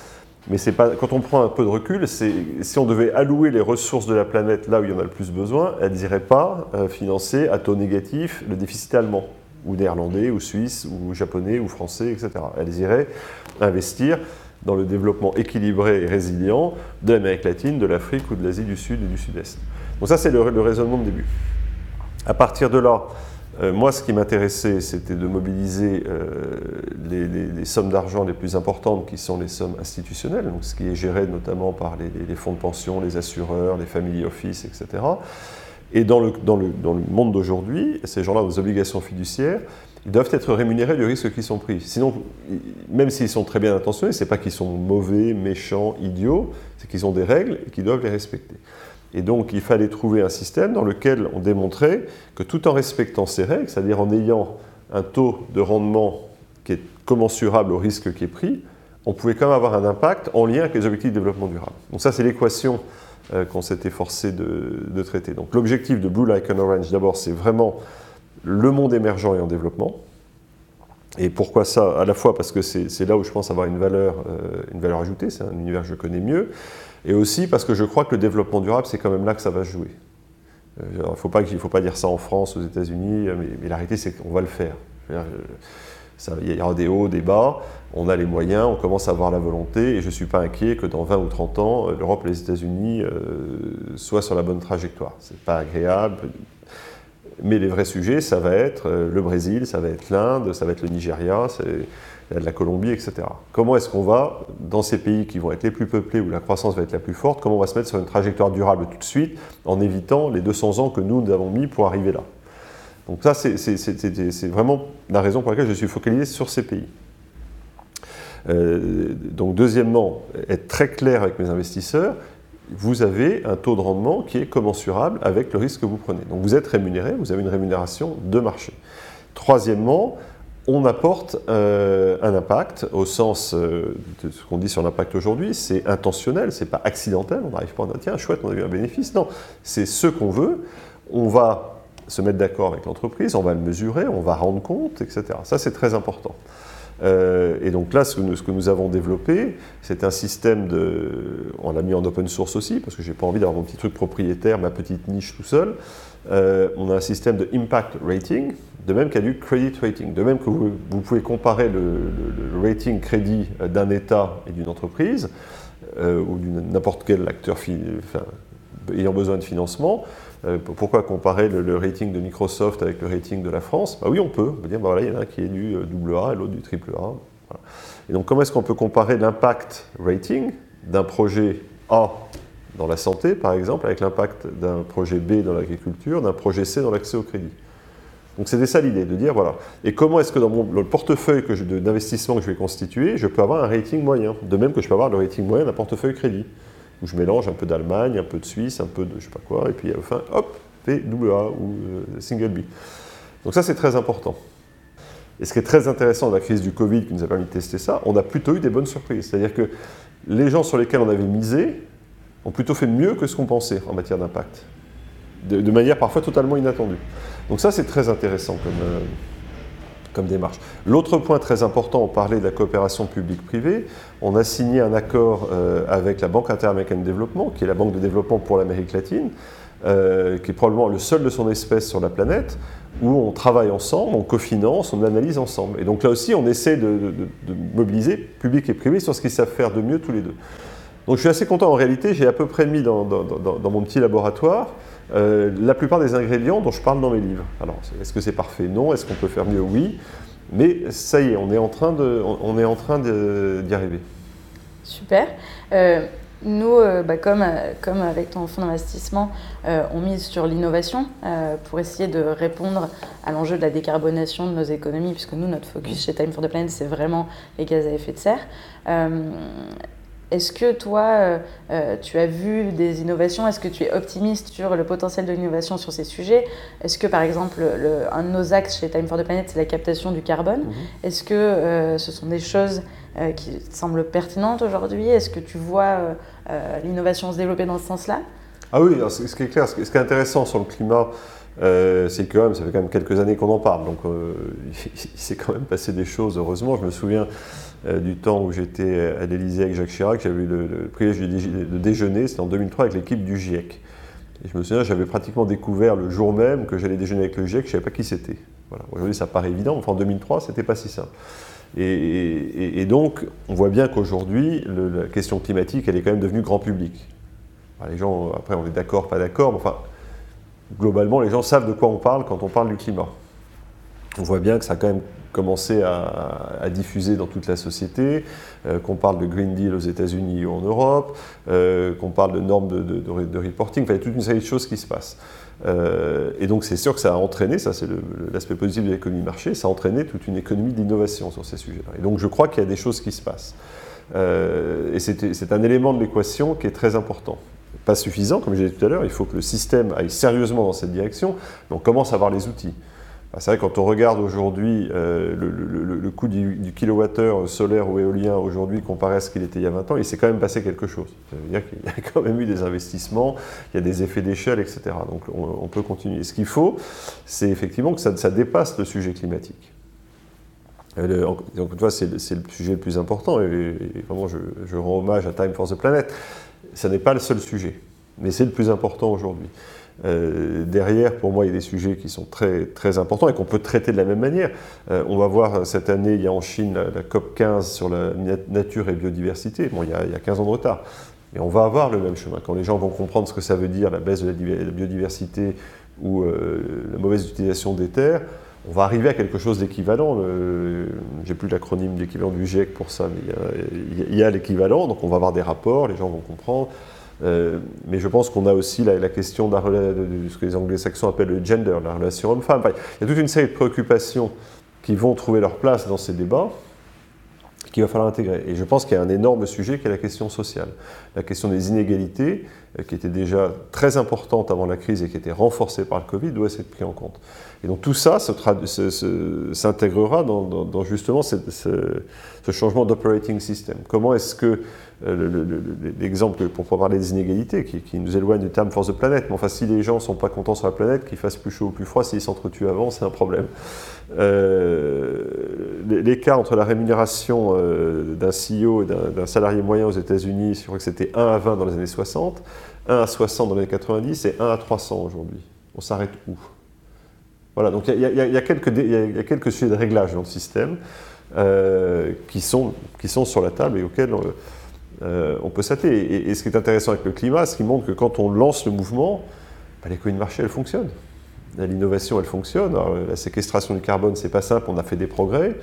Mais c'est pas, quand on prend un peu de recul, si on devait allouer les ressources de la planète là où il y en a le plus besoin, elles n'iraient pas financer à taux négatif le déficit allemand, ou néerlandais, ou suisse, ou japonais, ou français, etc. Elles iraient investir dans le développement équilibré et résilient de l'Amérique latine, de l'Afrique ou de l'Asie du Sud et du Sud-Est. Donc ça, c'est le raisonnement de début. À partir de là, moi, ce qui m'intéressait, c'était de mobiliser les sommes d'argent les plus importantes, qui sont les sommes institutionnelles, donc ce qui est géré notamment par les fonds de pension, les assureurs, les family office, etc. Et dans le monde d'aujourd'hui, ces gens-là ont des obligations fiduciaires, ils doivent être rémunérés du risque qu'ils sont pris. Sinon, même s'ils sont très bien intentionnés, ce n'est pas qu'ils sont mauvais, méchants, idiots, c'est qu'ils ont des règles et qu'ils doivent les respecter. Et donc, il fallait trouver un système dans lequel on démontrait que tout en respectant ces règles, c'est-à-dire en ayant un taux de rendement qui est commensurable au risque qui est pris, on pouvait quand même avoir un impact en lien avec les objectifs de développement durable. Donc ça, c'est l'équation qu'on s'était forcé de traiter. Donc l'objectif de Blue Like an Orange, d'abord, c'est vraiment le monde émergent et en développement. Et pourquoi ça? À la fois parce que c'est là où je pense avoir une valeur ajoutée, c'est un univers que je connais mieux, et aussi parce que je crois que le développement durable, c'est quand même là que ça va se jouer. Il ne faut pas dire ça en France, aux États-Unis, mais la réalité, c'est qu'on va le faire. Il y aura des hauts, des bas, on a les moyens, on commence à avoir la volonté, et je ne suis pas inquiet que dans 20 ou 30 ans, l'Europe et les États-Unis soient sur la bonne trajectoire. Ce n'est pas agréable. Mais les vrais sujets, ça va être le Brésil, ça va être l'Inde, ça va être le Nigeria, la Colombie, etc. Comment est-ce qu'on va, dans ces pays qui vont être les plus peuplés, où la croissance va être la plus forte, comment on va se mettre sur une trajectoire durable tout de suite, en évitant les 200 ans que nous avons mis pour arriver là. Donc ça, c'est vraiment la raison pour laquelle je suis focalisé sur ces pays. Donc deuxièmement, être très clair avec mes investisseurs, vous avez un taux de rendement qui est commensurable avec le risque que vous prenez. Donc vous êtes rémunéré, vous avez une rémunération de marché. Troisièmement, on apporte un impact au sens de ce qu'on dit sur l'impact aujourd'hui, c'est intentionnel, c'est pas accidentel, on n'arrive pas à dire tiens chouette, on a eu un bénéfice, non, c'est ce qu'on veut, on va se mettre d'accord avec l'entreprise, on va le mesurer, on va rendre compte, etc. Ça c'est très important. Et donc là, ce que nous avons développé, c'est un système on l'a mis en open source aussi, parce que je n'ai pas envie d'avoir mon petit truc propriétaire, ma petite niche tout seul. On a un système de impact rating, de même qu'il y a du credit rating. De même que vous pouvez comparer le rating crédit d'un État et d'une entreprise, ou de n'importe quel acteur ayant besoin de financement. Pourquoi comparer le rating de Microsoft avec le rating de la France? Oui, on peut. On peut dire, voilà, il y en a un qui est du AA et l'autre du AAA. Voilà. Et donc, comment est-ce qu'on peut comparer l'impact rating d'un projet A dans la santé, par exemple, avec l'impact d'un projet B dans l'agriculture, d'un projet C dans l'accès au crédit? Donc, c'était ça l'idée, de dire, voilà. Et comment est-ce que dans le portefeuille d'investissement que je vais constituer, je peux avoir un rating moyen? De même que je peux avoir le rating moyen d'un portefeuille crédit, où je mélange un peu d'Allemagne, un peu de Suisse, un peu de je sais pas quoi, et puis à la fin, hop, fait double A ou single B. Donc ça, c'est très important. Et ce qui est très intéressant dans la crise du Covid, qui nous a permis de tester ça, on a plutôt eu des bonnes surprises. C'est-à-dire que les gens sur lesquels on avait misé ont plutôt fait mieux que ce qu'on pensait en matière d'impact, de manière parfois totalement inattendue. Donc ça, c'est très intéressant comme démarche. L'autre point très important, on parlait de la coopération publique-privée. On a signé un accord avec la Banque interaméricaine de développement, qui est la banque de développement pour l'Amérique latine, qui est probablement le seul de son espèce sur la planète, où on travaille ensemble, on cofinance, on analyse ensemble. Et donc là aussi, on essaie de mobiliser public et privé sur ce qu'ils savent faire de mieux tous les deux. Donc je suis assez content. En réalité, j'ai à peu près mis dans mon petit laboratoire la plupart des ingrédients dont je parle dans mes livres. Alors, est-ce que c'est parfait? Non. Est-ce qu'on peut faire mieux? Oui. Mais ça y est, on est en train d'y arriver. Super. Nous, comme avec ton fonds d'investissement, on mise sur l'innovation pour essayer de répondre à l'enjeu de la décarbonation de nos économies, puisque nous, notre focus chez Time for the Planet, c'est vraiment les gaz à effet de serre. Est-ce que toi, tu as vu des innovations? Est-ce que tu es optimiste sur le potentiel de l'innovation sur ces sujets? Est-ce que, par exemple, un de nos axes chez Time for the Planet, c'est la captation du carbone? Est-ce que ce sont des choses qui te semblent pertinentes aujourd'hui? Est-ce que tu vois l'innovation se développer dans ce sens-là? Ah oui, alors, ce qui est clair, ce qui est intéressant sur le climat, c'est que ça fait quand même quelques années qu'on en parle, donc il s'est quand même passé des choses, heureusement. Je me souviens du temps où j'étais à l'Élysée avec Jacques Chirac, j'avais eu le privilège de déjeuner, c'était en 2003 avec l'équipe du GIEC. Et je me souviens, j'avais pratiquement découvert le jour même que j'allais déjeuner avec le GIEC, je ne savais pas qui c'était. Voilà. Aujourd'hui, ça paraît évident, mais en 2003, ce n'était pas si simple. Et donc, on voit bien qu'aujourd'hui, la question climatique, elle est quand même devenue grand public. Enfin, les gens, après, on est d'accord, pas d'accord, mais enfin, globalement, les gens savent de quoi on parle quand on parle du climat. On voit bien que ça a quand même commencé à diffuser dans toute la société, qu'on parle de Green Deal aux États-Unis ou en Europe, qu'on parle de normes de reporting, enfin, il y a toute une série de choses qui se passent. Et donc c'est sûr que ça a entraîné, ça c'est l'aspect positif de l'économie de marché, ça a entraîné toute une économie d'innovation sur ces sujets-là. Et donc je crois qu'il y a des choses qui se passent. Et c'est un élément de l'équation qui est très important. Pas suffisant, comme j'ai dit tout à l'heure, il faut que le système aille sérieusement dans cette direction, mais on commence à avoir les outils. C'est vrai, quand on regarde aujourd'hui le coût du kilowattheure solaire ou éolien aujourd'hui comparé à ce qu'il était il y a 20 ans, il s'est quand même passé quelque chose. Ça veut dire qu'il y a quand même eu des investissements, il y a des effets d'échelle, etc. Donc on peut continuer. Ce qu'il faut, c'est effectivement que ça dépasse le sujet climatique. Donc, tu vois, c'est le sujet le plus important, et vraiment je rends hommage à Time for the Planet. Ça n'est pas le seul sujet, mais c'est le plus important aujourd'hui. Derrière, pour moi, il y a des sujets qui sont très, très importants et qu'on peut traiter de la même manière. On va voir cette année, il y a en Chine la COP 15 sur la nature et biodiversité. Bon, il y a 15 ans de retard. Mais on va avoir le même chemin. Quand les gens vont comprendre ce que ça veut dire, la baisse de la biodiversité ou la mauvaise utilisation des terres, on va arriver à quelque chose d'équivalent. J'ai plus l'acronyme d'équivalent du GIEC pour ça, mais il y a l'équivalent. Donc on va avoir des rapports, les gens vont comprendre. Mais je pense qu'on a aussi la question de ce que les anglo-saxons appellent le gender, la relation homme-femme. Enfin, il y a toute une série de préoccupations qui vont trouver leur place dans ces débats, qu'il va falloir intégrer. Et je pense qu'il y a un énorme sujet qui est la question sociale. La question des inégalités, qui était déjà très importante avant la crise et qui était renforcée par le Covid, doit être pris en compte. Et donc tout ça s'intégrera dans justement ce changement d'operating system. Comment est-ce que l'exemple, pour parler des inégalités, qui nous éloigne du terme force de planète, mais enfin si les gens ne sont pas contents sur la planète, qu'il fasse plus chaud ou plus froid, s'ils s'entretuent avant, c'est un problème. L'écart entre la rémunération d'un CEO et d'un salarié moyen aux États-Unis, je crois que c'était 1 à 20 dans les années 60, 1 à 60 dans les années 90 et 1 à 300 aujourd'hui. On s'arrête où ? Voilà, donc il y a quelques sujets de réglage dans le système qui sont sur la table et auxquels on peut s'atteler. Et ce qui est intéressant avec le climat, c'est qu'il montre que quand on lance le mouvement, l'économie de marché, elle fonctionne. L'innovation, elle fonctionne. Alors, la séquestration du carbone, c'est pas simple, on a fait des progrès.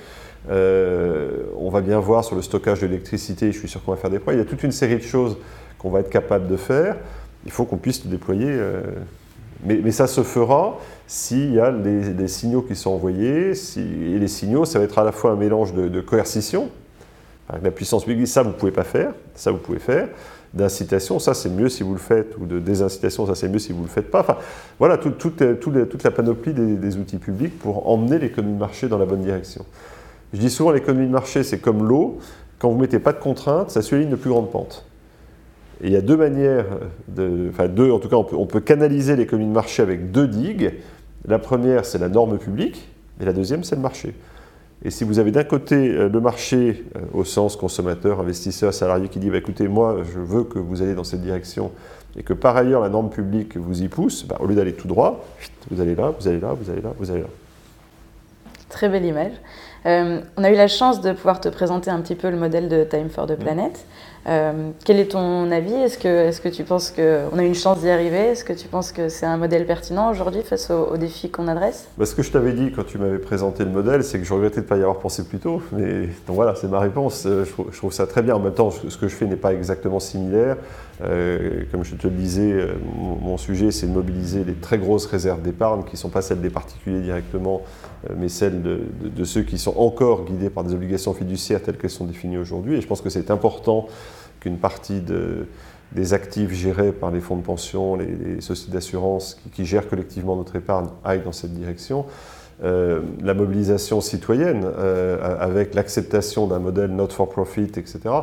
On va bien voir sur le stockage de l'électricité, je suis sûr qu'on va faire des progrès. Il y a toute une série de choses qu'on va être capable de faire. Il faut qu'on puisse le déployer. Mais ça se fera s'il y a des signaux qui sont envoyés. Et les signaux, ça va être à la fois un mélange de coercition. La puissance publique dit ça, vous ne pouvez pas faire, ça, vous pouvez faire. D'incitation, ça, c'est mieux si vous le faites. Ou de désincitation, ça, c'est mieux si vous ne le faites pas. Enfin, voilà, toute la panoplie des outils publics pour emmener l'économie de marché dans la bonne direction. Je dis souvent, l'économie de marché, c'est comme l'eau. Quand vous ne mettez pas de contraintes, ça suit la ligne de plus grande pente. Et il y a deux manières, en tout cas, on peut canaliser l'économie de marché avec deux digues. La première, c'est la norme publique, et la deuxième, c'est le marché. Et si vous avez d'un côté le marché, au sens consommateur, investisseur, salarié, qui dit écoutez, moi, je veux que vous alliez dans cette direction, et que par ailleurs, la norme publique vous y pousse, au lieu d'aller tout droit, vous allez là, vous allez là, vous allez là, vous allez là. Très belle image. On a eu la chance de pouvoir te présenter un petit peu le modèle de Time for the Planet. Quel est ton avis ? Est-ce que tu penses qu'on a une chance d'y arriver ? Est-ce que tu penses que c'est un modèle pertinent aujourd'hui face aux défis qu'on adresse ? Ce que je t'avais dit quand tu m'avais présenté le modèle, c'est que je regrettais de ne pas y avoir pensé plus tôt. Mais donc voilà, c'est ma réponse. Je trouve ça très bien. En même temps, ce que je fais n'est pas exactement similaire. Comme je te le disais, mon sujet, c'est de mobiliser les très grosses réserves d'épargne qui ne sont pas celles des particuliers directement, mais celles de ceux qui sont encore guidés par des obligations fiduciaires telles qu'elles sont définies aujourd'hui. Et je pense que c'est important qu'une partie des actifs gérés par les fonds de pension, les sociétés d'assurance qui gèrent collectivement notre épargne aillent dans cette direction. La mobilisation citoyenne, avec l'acceptation d'un modèle not for profit, etc.,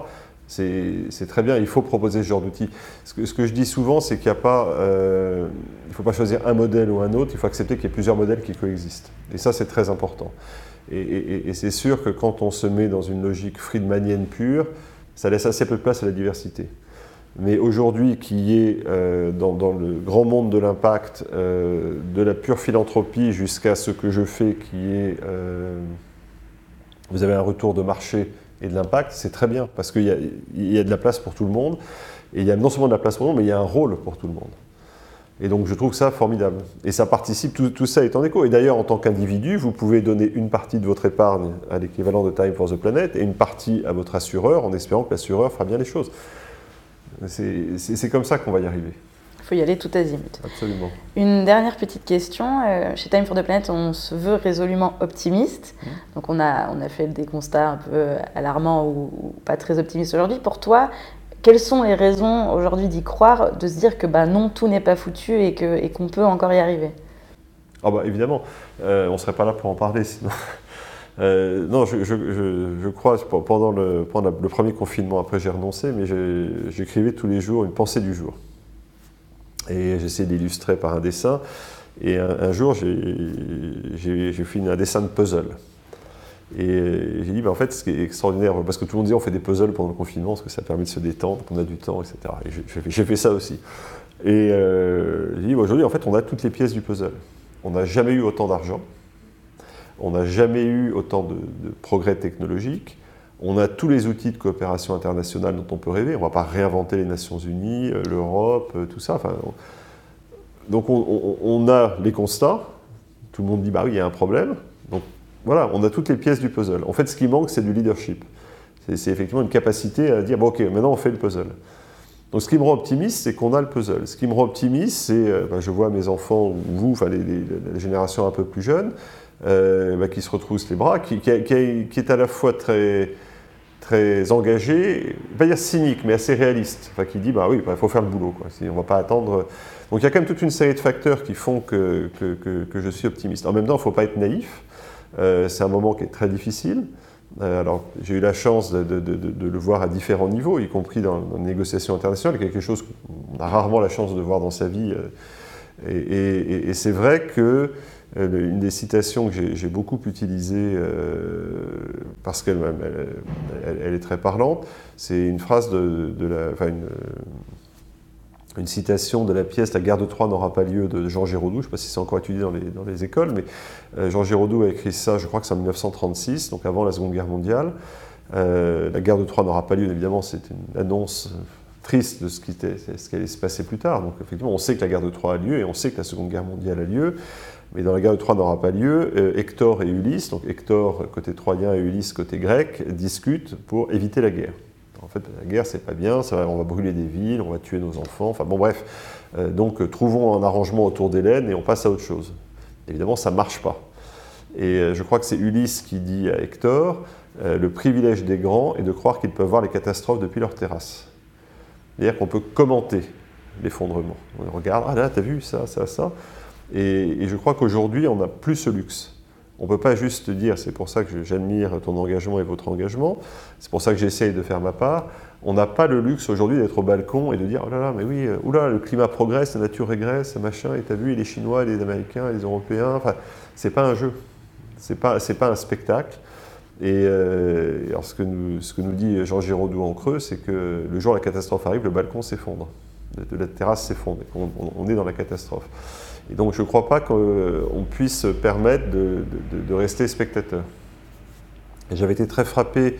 C'est très bien, il faut proposer ce genre d'outils. Ce que je dis souvent, c'est qu'il n'y a pas, il ne faut pas choisir un modèle ou un autre, il faut accepter qu'il y ait plusieurs modèles qui coexistent. Et ça, c'est très important. Et c'est sûr que quand on se met dans une logique friedmanienne pure, ça laisse assez peu de place à la diversité. Mais aujourd'hui, qu'il y ait dans le grand monde de l'impact, de la pure philanthropie jusqu'à ce que je fais, qui est, vous avez un retour de marché et de l'impact, c'est très bien, parce qu'il y a de la place pour tout le monde, et il y a non seulement de la place pour tout le monde, mais il y a un rôle pour tout le monde. Et donc je trouve ça formidable. Et ça participe, tout ça est en écho. Et d'ailleurs, en tant qu'individu, vous pouvez donner une partie de votre épargne à l'équivalent de Time for the Planet, et une partie à votre assureur, en espérant que l'assureur fera bien les choses. C'est comme ça qu'on va y arriver. Il faut y aller tout azimut. Absolument. Une dernière petite question. Chez Time for the Planet, on se veut résolument optimiste. Donc on a fait des constats un peu alarmants ou pas très optimistes aujourd'hui. Pour toi, quelles sont les raisons aujourd'hui d'y croire, de se dire que non, tout n'est pas foutu et qu'on peut encore y arriver? Évidemment, on ne serait pas là pour en parler sinon. Non, je crois, pendant le premier confinement, après j'ai renoncé, mais j'écrivais tous les jours une pensée du jour. Et j'essayais d'illustrer par un dessin. Et un jour, j'ai fait un dessin de puzzle. Et j'ai dit, en fait, ce qui est extraordinaire, parce que tout le monde dit on fait des puzzles pendant le confinement, parce que ça permet de se détendre, qu'on a du temps, etc. Et j'ai fait ça aussi. Et j'ai dit, aujourd'hui, en fait, on a toutes les pièces du puzzle. On n'a jamais eu autant d'argent. On n'a jamais eu autant de progrès technologiques. On a tous les outils de coopération internationale dont on peut rêver. On ne va pas réinventer les Nations Unies, l'Europe, tout ça. Donc on a les constats. Tout le monde dit, oui, il y a un problème. Donc voilà, on a toutes les pièces du puzzle. En fait, ce qui manque, c'est du leadership. C'est effectivement une capacité à dire, ok, maintenant on fait le puzzle. Donc ce qui me rend optimiste, c'est qu'on a le puzzle. Ce qui me rend optimiste, c'est, je vois mes enfants, ou vous, les générations un peu plus jeunes, qui se retroussent les bras, qui est à la fois très engagé, pas dire cynique, mais assez réaliste, qui dit oui, il faut faire le boulot, quoi. On ne va pas attendre. Donc il y a quand même toute une série de facteurs qui font que je suis optimiste. En même temps, il ne faut pas être naïf. C'est un moment qui est très difficile. Alors j'ai eu la chance de le voir à différents niveaux, y compris dans les négociations internationales, quelque chose qu'on a rarement la chance de voir dans sa vie. Et c'est vrai que une des citations que j'ai beaucoup utilisées parce qu'elle est très parlante, c'est une phrase une citation de la pièce « La guerre de Troie n'aura pas lieu » de Jean Giraudoux. Je ne sais pas si c'est encore étudié dans les écoles, mais Jean Giraudoux a écrit ça, je crois que c'est en 1936, donc avant la Seconde Guerre mondiale. La guerre de Troie n'aura pas lieu, évidemment, c'est une annonce triste de ce qui allait se passer plus tard. Donc effectivement, on sait que la guerre de Troie a lieu et on sait que la Seconde Guerre mondiale a lieu. Mais dans la guerre de Troie n'aura pas lieu, Hector et Ulysse, donc Hector côté troyen et Ulysse côté grec, discutent pour éviter la guerre. En fait, la guerre, c'est pas bien, on va brûler des villes, on va tuer nos enfants, donc trouvons un arrangement autour d'Hélène et on passe à autre chose. Évidemment, ça ne marche pas. Et je crois que c'est Ulysse qui dit à Hector, le privilège des grands est de croire qu'ils peuvent voir les catastrophes depuis leur terrasse. C'est-à-dire qu'on peut commenter l'effondrement. On regarde, là, t'as vu ça, ça, ça. Et je crois qu'aujourd'hui, on n'a plus ce luxe. On ne peut pas juste dire, c'est pour ça que j'admire ton engagement et votre engagement, c'est pour ça que j'essaye de faire ma part. On n'a pas le luxe aujourd'hui d'être au balcon et de dire, oh là là, mais oui, oula, le climat progresse, la nature régresse, machin, et t'as vu, et les Chinois, et les Américains, et les Européens, c'est pas un jeu, c'est pas un spectacle. Et alors ce que nous dit Jean Giraudoux en creux, c'est que le jour où la catastrophe arrive, le balcon s'effondre, la terrasse s'effondre, on est dans la catastrophe. Et donc je ne crois pas qu'on puisse se permettre de rester spectateur. Et j'avais été très frappé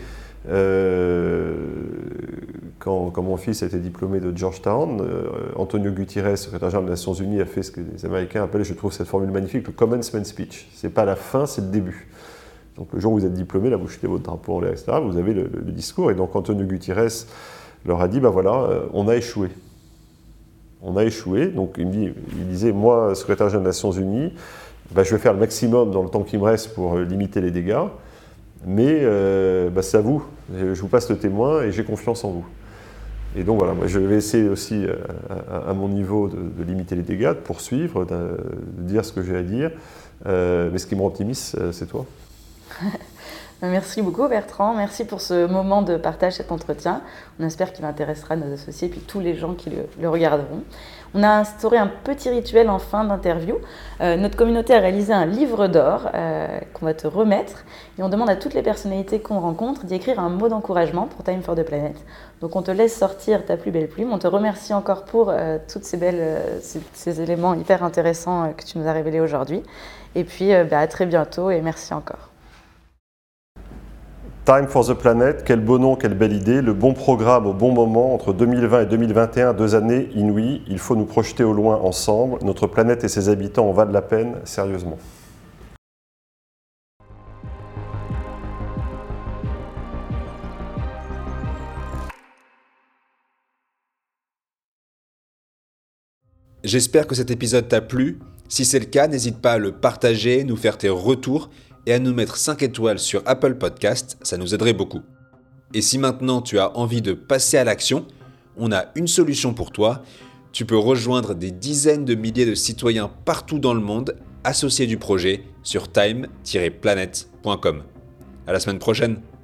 quand mon fils a été diplômé de Georgetown. Antonio Guterres, secrétaire général des Nations Unies, a fait ce que les Américains appellent, je trouve cette formule magnifique, le commencement speech. Ce n'est pas la fin, c'est le début. Donc le jour où vous êtes diplômé, là vous jetez votre drapeau en l'air, etc., vous avez le discours. Et donc Antonio Guterres leur a dit, on a échoué. On a échoué, donc il disait, moi, secrétaire général des Nations Unies, je vais faire le maximum dans le temps qui me reste pour limiter les dégâts, mais c'est à vous, je vous passe le témoin et j'ai confiance en vous. Et donc voilà, moi je vais essayer aussi à mon niveau de limiter les dégâts, de poursuivre, de dire ce que j'ai à dire, mais ce qui me rend optimiste, c'est toi. Merci beaucoup Bertrand, merci pour ce moment de partage, cet entretien. On espère qu'il intéressera nos associés et puis tous les gens qui le regarderont. On a instauré un petit rituel en fin d'interview. Notre communauté a réalisé un livre d'or qu'on va te remettre et on demande à toutes les personnalités qu'on rencontre d'y écrire un mot d'encouragement pour Time for the Planet. Donc on te laisse sortir ta plus belle plume. On te remercie encore pour tous ces éléments hyper intéressants que tu nous as révélés aujourd'hui. Et puis à très bientôt et merci encore. Time for the Planet, quel beau nom, quelle belle idée, le bon programme au bon moment entre 2020 et 2021, 2 années inouïes. Il faut nous projeter au loin ensemble. Notre planète et ses habitants en valent la peine, sérieusement. J'espère que cet épisode t'a plu. Si c'est le cas, n'hésite pas à le partager, nous faire tes retours et à nous mettre 5 étoiles sur Apple Podcast, ça nous aiderait beaucoup. Et si maintenant tu as envie de passer à l'action, on a une solution pour toi. Tu peux rejoindre des dizaines de milliers de citoyens partout dans le monde associés du projet sur time-planet.com. À la semaine prochaine.